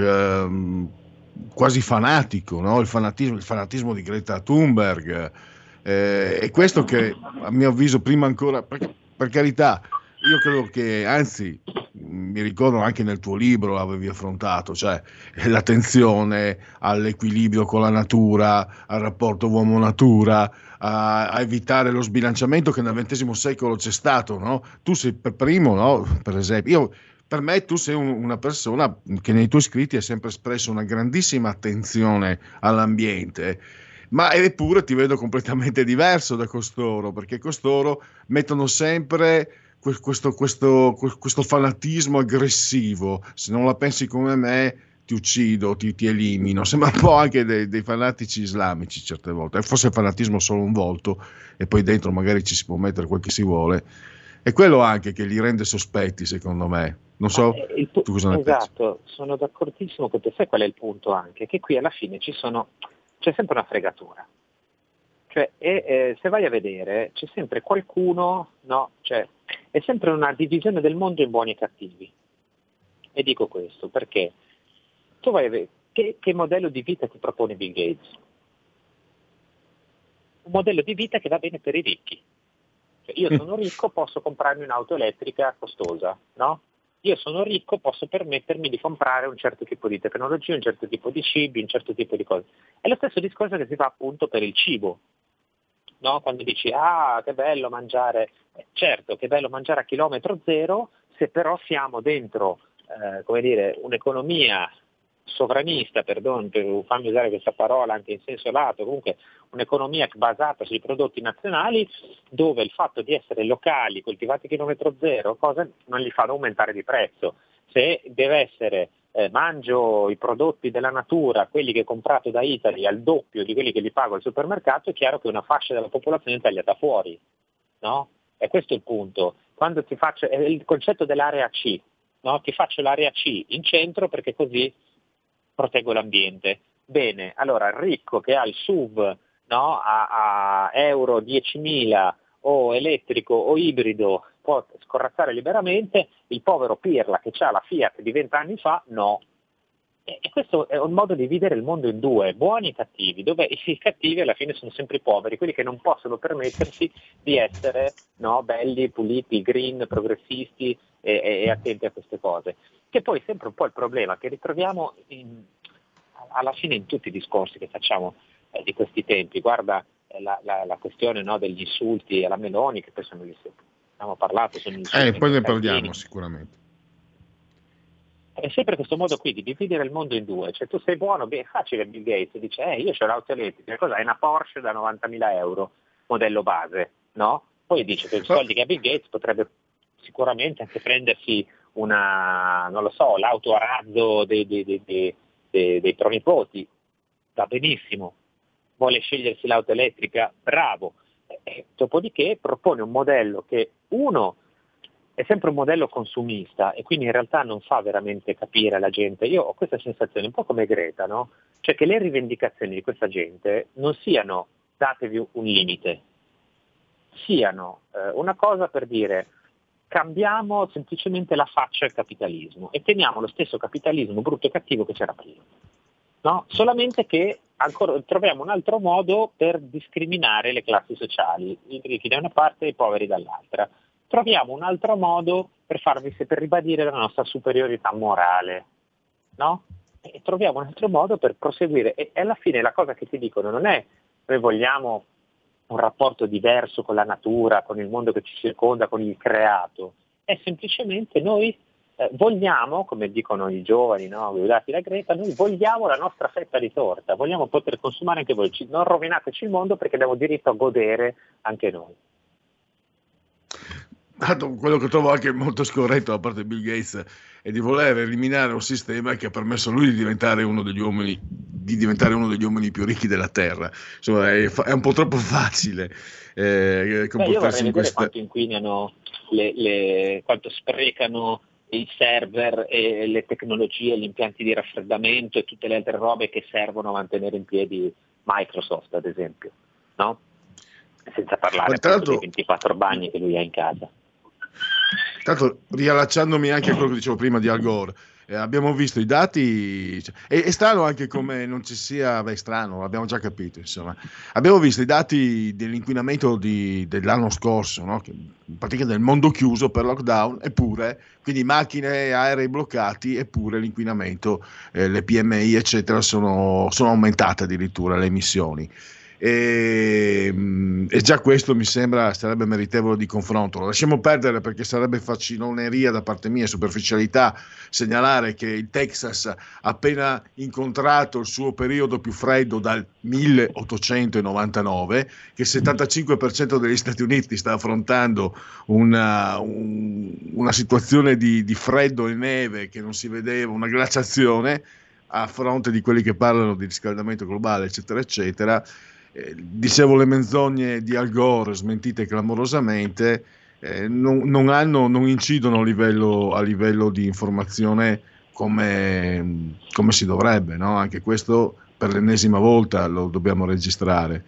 quasi fanatico, no? Il fanatismo di Greta Thunberg, e questo che a mio avviso prima ancora, per carità, io credo che, anzi, mi ricordo anche nel tuo libro l'avevi affrontato, cioè l'attenzione all'equilibrio con la natura, al rapporto uomo-natura, a evitare lo sbilanciamento che nel XX secolo c'è stato, no? Tu sei per primo, no? Per esempio, per me tu sei una persona che nei tuoi scritti hai sempre espresso una grandissima attenzione all'ambiente, ma eppure ti vedo completamente diverso da costoro, perché costoro mettono sempre questo fanatismo aggressivo. Se non la pensi come me ti uccido, ti elimino. Sembra un po' anche dei fanatici islamici certe volte. Forse il fanatismo solo un volto e poi dentro magari ci si può mettere quel che si vuole. È quello anche che li rende sospetti, secondo me. Non so, tu cosa ne pensi? Esatto, sono d'accordissimo con te. Sai qual è il punto anche? Che qui alla fine c'è sempre una fregatura. Cioè, se vai a vedere, c'è sempre qualcuno, no? Cioè, è sempre una divisione del mondo in buoni e cattivi. E dico questo perché tu vai a vedere che modello di vita ti propone Bill Gates. Un modello di vita che va bene per i ricchi. Cioè, io sono ricco, posso comprarmi un'auto elettrica costosa, no? Io sono ricco, posso permettermi di comprare un certo tipo di tecnologia, un certo tipo di cibi, un certo tipo di cose. È lo stesso discorso che si fa appunto per il cibo. No? Quando dici, che bello mangiare, certo, che bello mangiare a chilometro zero, se però siamo dentro, un'economia sovranista, per farmi usare questa parola anche in senso lato, comunque un'economia basata sui prodotti nazionali, dove il fatto di essere locali, coltivati a chilometro zero, non li fanno aumentare di prezzo. Se deve essere mangio i prodotti della natura, quelli che ho comprato da Italy, al doppio di quelli che li pago al supermercato, è chiaro che una fascia della popolazione è tagliata fuori, no? E questo è il punto. Quando è il concetto dell'area C, no? Ti faccio l'area C in centro perché così proteggo l'ambiente. Bene, allora il ricco che ha il SUV, no? a euro 10.000 o elettrico o ibrido può scorrazzare liberamente, il povero pirla che ha la Fiat di 20 anni fa no. E questo è un modo di dividere il mondo in due, buoni e cattivi, dove i cattivi alla fine sono sempre i poveri, quelli che non possono permettersi di essere belli, puliti, green, progressisti e attenti a queste cose. Che poi è sempre un po' il problema che ritroviamo alla fine in tutti i discorsi che facciamo di questi tempi. Guarda la questione degli insulti alla Meloni, che poi abbiamo parlato, sono insulti. Poi ne parliamo sicuramente. È sempre questo modo qui di dividere il mondo in due, cioè tu sei buono, è facile. Bill Gates dice io ho l'auto elettrica, cos'è? Una Porsche da 90.000 euro, modello base, no? Poi dice che i soldi che ha Bill Gates potrebbe sicuramente anche prendersi l'auto a razzo dei pronipoti, va benissimo, vuole scegliersi l'auto elettrica, bravo, dopodiché propone un modello che è sempre un modello consumista e quindi in realtà non fa veramente capire alla gente. Io ho questa sensazione un po' come Greta, no? Cioè che le rivendicazioni di questa gente non siano datevi un limite, siano una cosa per dire cambiamo semplicemente la faccia al capitalismo e teniamo lo stesso capitalismo brutto e cattivo che c'era prima. no? Solamente che ancora troviamo un altro modo per discriminare le classi sociali, i ricchi da una parte e i poveri dall'altra. Troviamo un altro modo per ribadire la nostra superiorità morale, no? E troviamo un altro modo per proseguire. E alla fine la cosa che ti dicono non è noi vogliamo un rapporto diverso con la natura, con il mondo che ci circonda, con il creato, è semplicemente noi vogliamo, come dicono i giovani, no, guidati da Greta, noi vogliamo la nostra fetta di torta, vogliamo poter consumare anche voi, non rovinateci il mondo perché abbiamo diritto a godere anche noi. Quello che trovo anche molto scorretto da parte di Bill Gates è di voler eliminare un sistema che ha permesso a lui di diventare uno degli uomini più ricchi della Terra. Insomma, è un po' troppo facile comportarsi in questa... quanto inquinano, quanto sprecano i server e le tecnologie, gli impianti di raffreddamento e tutte le altre robe che servono a mantenere in piedi Microsoft, ad esempio, no? Senza parlare dei 24 bagni che lui ha in casa. Tanto, riallacciandomi anche a quello che dicevo prima di Al Gore, abbiamo visto i dati, è strano anche come non ci sia, strano, l'abbiamo già capito, insomma. Abbiamo visto i dati dell'inquinamento dell'anno scorso, no? Che in pratica del mondo chiuso per lockdown, eppure, quindi macchine, aerei bloccati, eppure l'inquinamento, le PMI, eccetera, sono aumentate addirittura le emissioni. E già questo mi sembra sarebbe meritevole di confronto. Lo lasciamo perdere perché sarebbe faciloneria da parte mia, superficialità, segnalare che il Texas ha appena incontrato il suo periodo più freddo dal 1899, che il 75% degli Stati Uniti sta affrontando una situazione di freddo e neve che non si vedeva, una glaciazione, a fronte di quelli che parlano di riscaldamento globale, eccetera eccetera. Dicevo, le menzogne di Al Gore, smentite clamorosamente, non incidono a livello di informazione come si dovrebbe, no? Anche questo per l'ennesima volta lo dobbiamo registrare.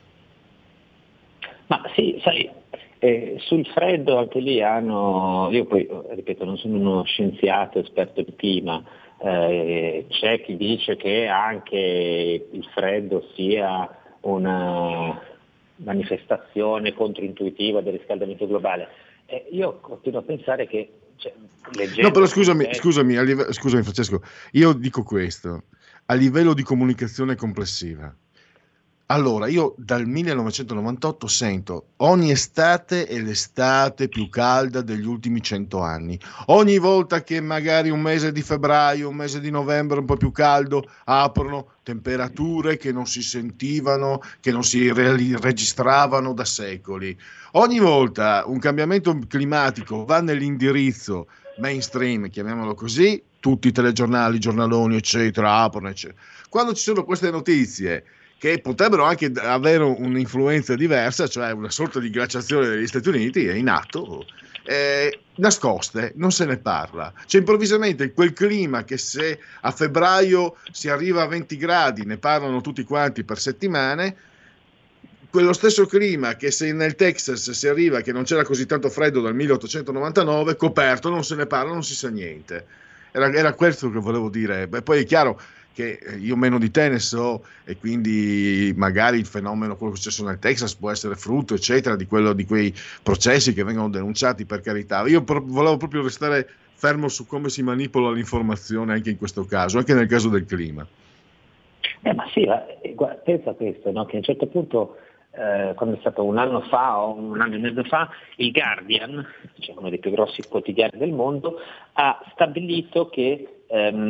Ma sì, sai, sul freddo anche lì io poi, ripeto, non sono uno scienziato esperto di clima, c'è chi dice che anche il freddo sia una manifestazione controintuitiva del riscaldamento globale. Io continuo a pensare che no, però scusami Francesco, io dico questo a livello di comunicazione complessiva. Allora, io dal 1998 sento ogni estate è l'estate più calda degli ultimi 100 anni. Ogni volta che magari un mese di febbraio, un mese di novembre un po' più caldo, aprono temperature che non si sentivano, che non si registravano da secoli. Ogni volta un cambiamento climatico va nell'indirizzo mainstream, chiamiamolo così, tutti i telegiornali, giornaloni, eccetera, aprono, eccetera. Quando ci sono queste notizie che potrebbero anche avere un'influenza diversa, cioè una sorta di glaciazione degli Stati Uniti è in atto, nascoste, non se ne parla. Cioè improvvisamente quel clima che se a febbraio si arriva a 20 gradi, ne parlano tutti quanti per settimane, quello stesso clima che se nel Texas si arriva che non c'era così tanto freddo dal 1899, coperto, non se ne parla, non si sa niente. Era questo che volevo dire. Beh, poi è chiaro che io meno di te ne so, e quindi magari il fenomeno, quello che è successo nel Texas, può essere frutto, eccetera, di quei processi che vengono denunciati, per carità. Io volevo proprio restare fermo su come si manipola l'informazione anche in questo caso, anche nel caso del clima. Ma sì, pensa a questo, no? Che a un certo punto, quando è stato un anno fa o un anno e mezzo fa, il Guardian, cioè uno dei più grossi quotidiani del mondo, ha stabilito che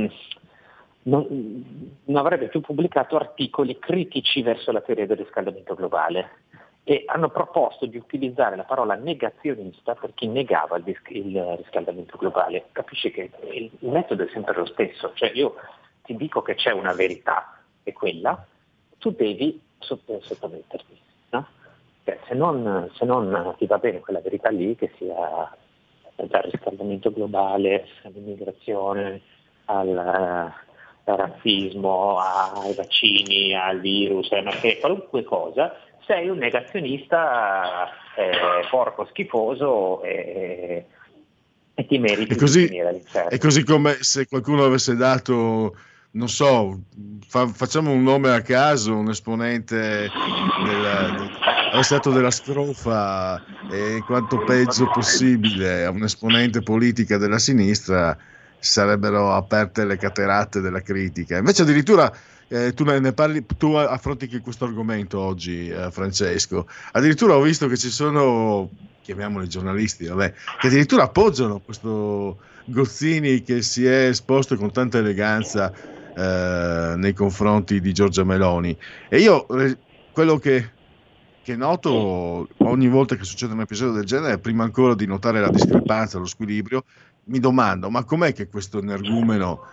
non avrebbe più pubblicato articoli critici verso la teoria del riscaldamento globale, e hanno proposto di utilizzare la parola negazionista per chi negava il riscaldamento globale. Capisci che il metodo è sempre lo stesso, cioè io ti dico che c'è una verità, è quella, tu devi sottometterti, no? Se non ti va bene quella verità lì, che sia dal riscaldamento globale all'immigrazione, al razzismo, ai vaccini, al virus, ma che qualunque cosa, sei un negazionista porco schifoso e ti meriti di finire all'inferno. È così come se qualcuno avesse dato non so, facciamo un nome a caso, un esponente stato della scrofa e quanto peggio possibile a un esponente politica della sinistra, sarebbero aperte le cateratte della critica. Invece addirittura tu ne parli, tu affronti questo argomento oggi, Francesco. Addirittura ho visto che ci sono, chiamiamoli giornalisti, che addirittura appoggiano questo Gozzini che si è esposto con tanta eleganza nei confronti di Giorgia Meloni. E io quello che noto ogni volta che succede un episodio del genere, prima ancora di notare la discrepanza, lo squilibrio, mi domando: ma com'è che questo energumeno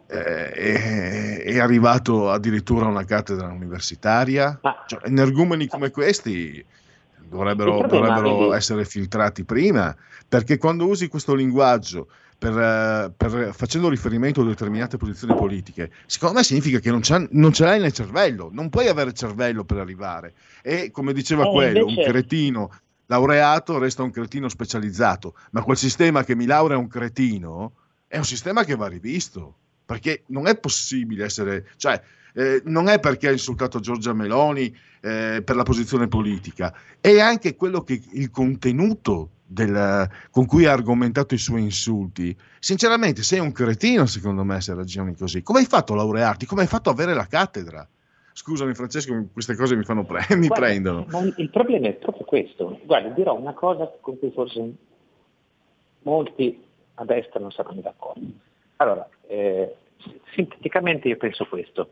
è arrivato addirittura a una cattedra universitaria? Cioè, energumeni come questi dovrebbero essere filtrati prima, perché quando usi questo linguaggio facendo riferimento a determinate posizioni politiche, secondo me significa che non ce l'hai nel cervello, non puoi avere cervello per arrivare. E come diceva quello, invece... un cretino laureato resta un cretino specializzato, ma quel sistema che mi laurea un cretino è un sistema che va rivisto, perché non è possibile essere, cioè non è perché ha insultato Giorgia Meloni per la posizione politica, è anche quello che il contenuto con cui ha argomentato i suoi insulti. Sinceramente sei un cretino, secondo me, se ragioni così. Come hai fatto a laurearti? Come hai fatto a avere la cattedra? Scusami Francesco, queste cose mi prendono. Ma il problema è proprio questo. Guarda, dirò una cosa con cui forse molti a destra non saranno d'accordo. Allora, sinteticamente io penso questo.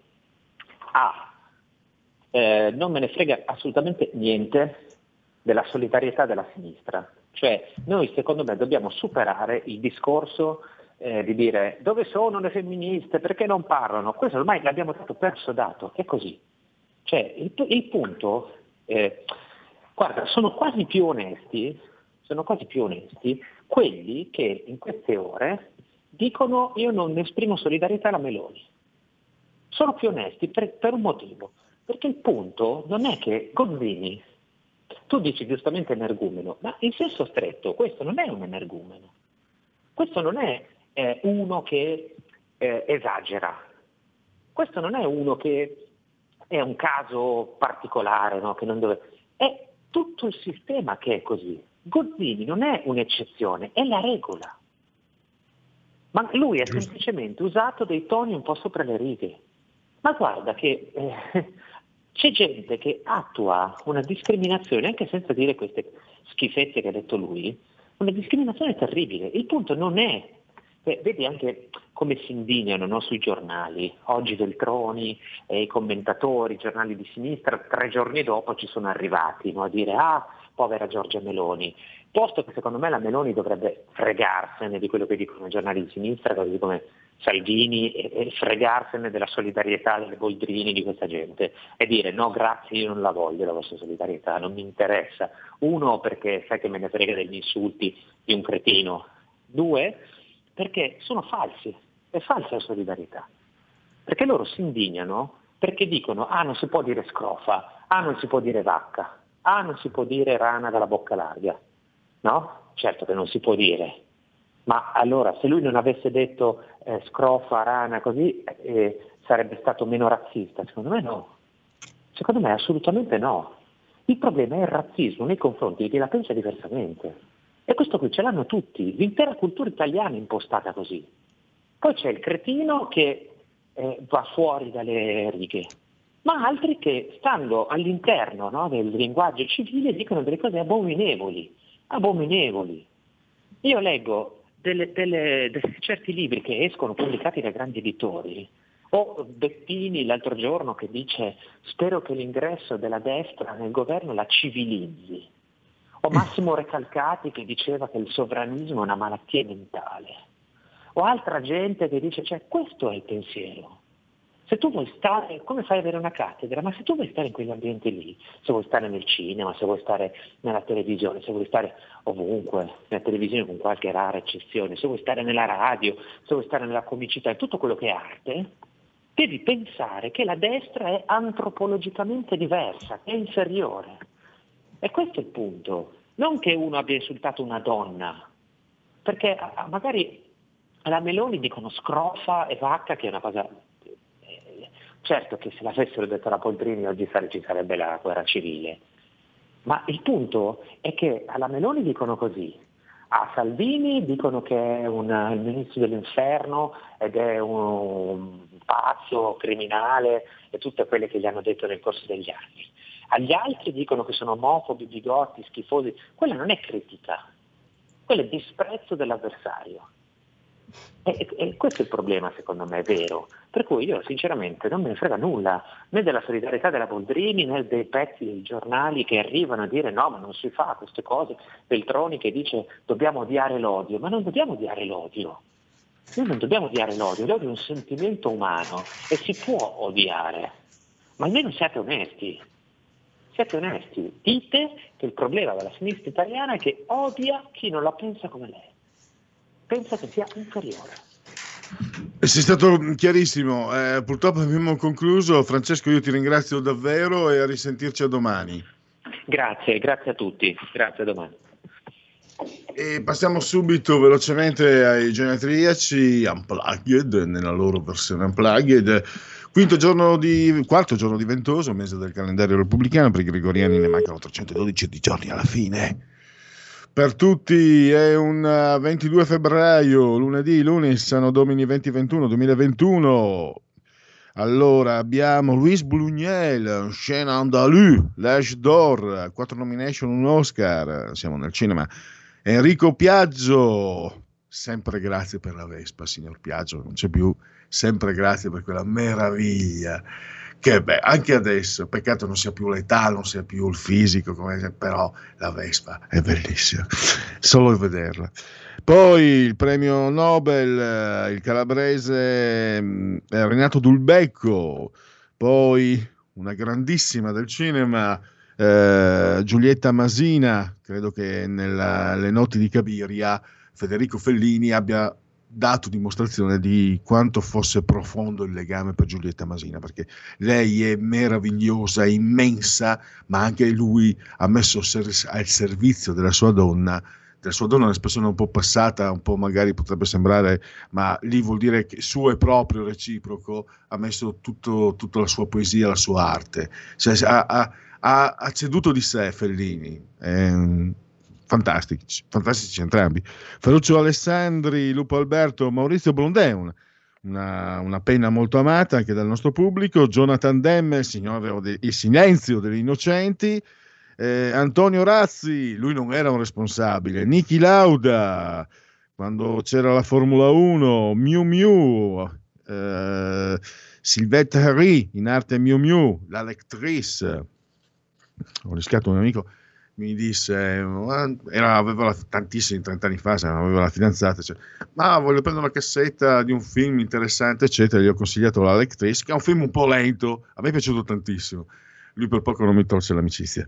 Non me ne frega assolutamente niente della solidarietà della sinistra. Cioè, noi secondo me dobbiamo superare il discorso di dire dove sono le femministe, perché non parlano. Questo ormai l'abbiamo dato per scontato, è così. Cioè, il punto, guarda, sono quasi più onesti quelli che in queste ore dicono io non esprimo solidarietà alla Meloni. Sono più onesti per un motivo, perché il punto non è che Gozzini, tu dici giustamente energumeno, ma in senso stretto questo non è un energumeno, questo non è uno che esagera, questo non è uno che è un caso particolare, no? Che non deve... È tutto il sistema che è così. Gozzini non è un'eccezione, è la regola. Ma lui ha semplicemente usato dei toni un po' sopra le righe. Ma guarda che c'è gente che attua una discriminazione, anche senza dire queste schifezze che ha detto lui, una discriminazione terribile. Il punto non è, vedi anche come si indignano, no, sui giornali, oggi Veltroni e i commentatori, i giornali di sinistra, 3 giorni dopo ci sono arrivati, no, a dire povera Giorgia Meloni, posto che secondo me la Meloni dovrebbe fregarsene di quello che dicono i giornali di sinistra, così come Salvini, e fregarsene della solidarietà delle Boldrini, di questa gente, e dire no grazie, io non la voglio la vostra solidarietà, non mi interessa. 1, perché sai che me ne frega degli insulti di un cretino. 2, perché sono falsi, è falsa la solidarietà, perché loro si indignano perché dicono non si può dire scrofa, non si può dire vacca, non si può dire rana dalla bocca larga, no? Certo che non si può dire. Ma allora, se lui non avesse detto scrofa, rana, così, sarebbe stato meno razzista? Secondo me no. Secondo me assolutamente no. Il problema è il razzismo nei confronti di chi la pensa diversamente. E questo qui ce l'hanno tutti. L'intera cultura italiana è impostata così. Poi c'è il cretino che va fuori dalle righe, ma altri che, stando all'interno, no, del linguaggio civile, dicono delle cose abominevoli. Io leggo certi libri che escono pubblicati da grandi editori, o Bettini l'altro giorno che dice spero che l'ingresso della destra nel governo la civilizzi, o Massimo Recalcati che diceva che il sovranismo è una malattia mentale, o altra gente che dice questo è il pensiero. Se tu vuoi stare, come fai ad avere una cattedra? Ma se tu vuoi stare in quegli ambienti lì, se vuoi stare nel cinema, se vuoi stare nella televisione, se vuoi stare ovunque, nella televisione con qualche rara eccezione, se vuoi stare nella radio, se vuoi stare nella comicità e tutto quello che è arte, devi pensare che la destra è antropologicamente diversa, è inferiore. E questo è il punto. Non che uno abbia insultato una donna, perché magari alla Meloni dicono scrofa e vacca, che è una cosa Certo che se l'avessero detto alla Boldrini oggi ci sarebbe la guerra civile, ma il punto è che alla Meloni dicono così, a Salvini dicono che è il ministro dell'inferno ed è un pazzo, criminale e tutte quelle che gli hanno detto nel corso degli anni. Agli altri dicono che sono omofobi, bigotti, schifosi. Quella non è critica, quello è disprezzo dell'avversario. E questo è il problema, secondo me, è vero. Per cui io sinceramente non me ne frega nulla, né della solidarietà della Boldrini, né dei pezzi dei giornali che arrivano a dire no, ma non si fa queste cose, Veltroni che dice dobbiamo odiare l'odio, ma non dobbiamo odiare l'odio. Noi non dobbiamo odiare l'odio è un sentimento umano e si può odiare, ma almeno siate onesti. Siate onesti, dite che il problema della sinistra italiana è che odia chi non la pensa come lei. Pensa che sia inferiore. Sei stato chiarissimo, purtroppo abbiamo concluso. Francesco, io ti ringrazio davvero e a risentirci a domani. Grazie a tutti, grazie, a domani. E passiamo subito velocemente ai genetriaci Unplugged, nella loro versione Unplugged. Quarto giorno di Ventoso, mese del calendario repubblicano, per i gregoriani ne mancano 312 di giorni alla fine. Per tutti è un 22 febbraio, lunedì, lunis, anno domini 2021. Allora abbiamo Louis Buñuel, Chien andalou, L'Âge d'Or, 4 nomination, un Oscar, siamo nel cinema. Enrico Piaggio, sempre grazie per la Vespa, signor Piaggio, non c'è più, sempre grazie per quella meraviglia. Che anche adesso, peccato non sia più l'età, non sia più il fisico, però la Vespa è bellissima, solo vederla. Poi il premio Nobel, il calabrese Renato Dulbecco, poi una grandissima del cinema, Giulietta Masina, credo che nelle notti di Cabiria Federico Fellini abbia dato dimostrazione di quanto fosse profondo il legame per Giulietta Masina, perché lei è meravigliosa, immensa, ma anche lui ha messo al servizio della sua donna, un'espressione un po' passata, un po' magari potrebbe sembrare, ma lì vuol dire che suo è proprio reciproco, ha messo tutta la sua poesia, la sua arte, cioè, ha ceduto di sé Fellini. Fantastici entrambi. Ferruccio Alessandri, Lupo Alberto, Maurizio Blondin, una penna molto amata anche dal nostro pubblico, Jonathan Demme, il silenzio degli innocenti, Antonio Razzi, lui non era un responsabile, Niki Lauda, quando c'era la Formula 1, Miu Miu, Sylvette Harry, in arte Miu Miu, la Lectrice. Ho rischiato un amico, mi disse, aveva tantissimi, 30 anni fa, aveva la fidanzata, ma voglio prendere una cassetta di un film interessante, eccetera. Gli ho consigliato La Lectrice, che è un film un po' lento, a me è piaciuto tantissimo. Lui per poco non mi tolse l'amicizia.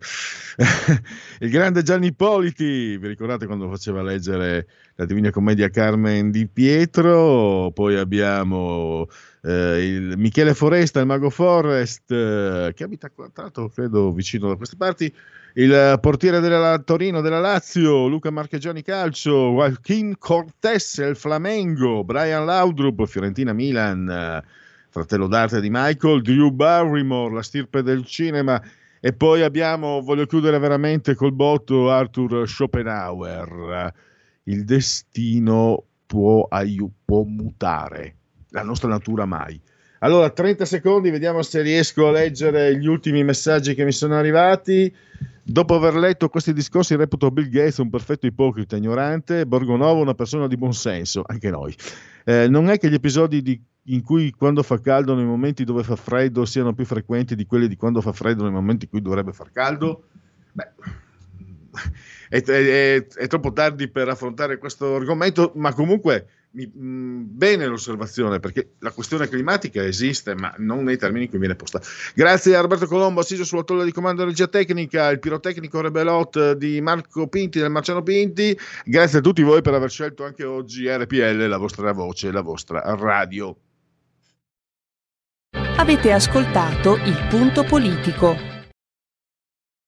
Il grande Gianni Ippoliti, vi ricordate quando faceva leggere la Divina Commedia Carmen Di Pietro? Poi abbiamo il Michele Foresta, il Mago Forest, che abita qua, tra l'altro credo vicino da queste parti, il portiere della Torino della Lazio, Luca Marchegiani Calcio, Joaquin Cortés, il Flamengo, Brian Laudrup, Fiorentina Milan, fratello d'arte di Michael, Drew Barrymore, la stirpe del cinema, e poi abbiamo, voglio chiudere veramente col botto, Arthur Schopenhauer, il destino può mutare, la nostra natura mai. Allora, 30 secondi, vediamo se riesco a leggere gli ultimi messaggi che mi sono arrivati. Dopo aver letto questi discorsi reputo Bill Gates un perfetto ipocrita, ignorante, Borgonovo una persona di buon senso, anche noi. Non è che gli episodi in cui quando fa caldo nei momenti dove fa freddo siano più frequenti di quelli di quando fa freddo nei momenti in cui dovrebbe far caldo? È troppo tardi per affrontare questo argomento, ma comunque bene l'osservazione, perché la questione climatica esiste, ma non nei termini in cui viene posta. Grazie a Roberto Colombo, assiso sulla tolla di comando di regia tecnica, il pirotecnico Rebelot di Marco Pinti, del Marciano Pinti. Grazie a tutti voi per aver scelto anche oggi RPL, la vostra voce, la vostra radio. Avete ascoltato Il Punto Politico.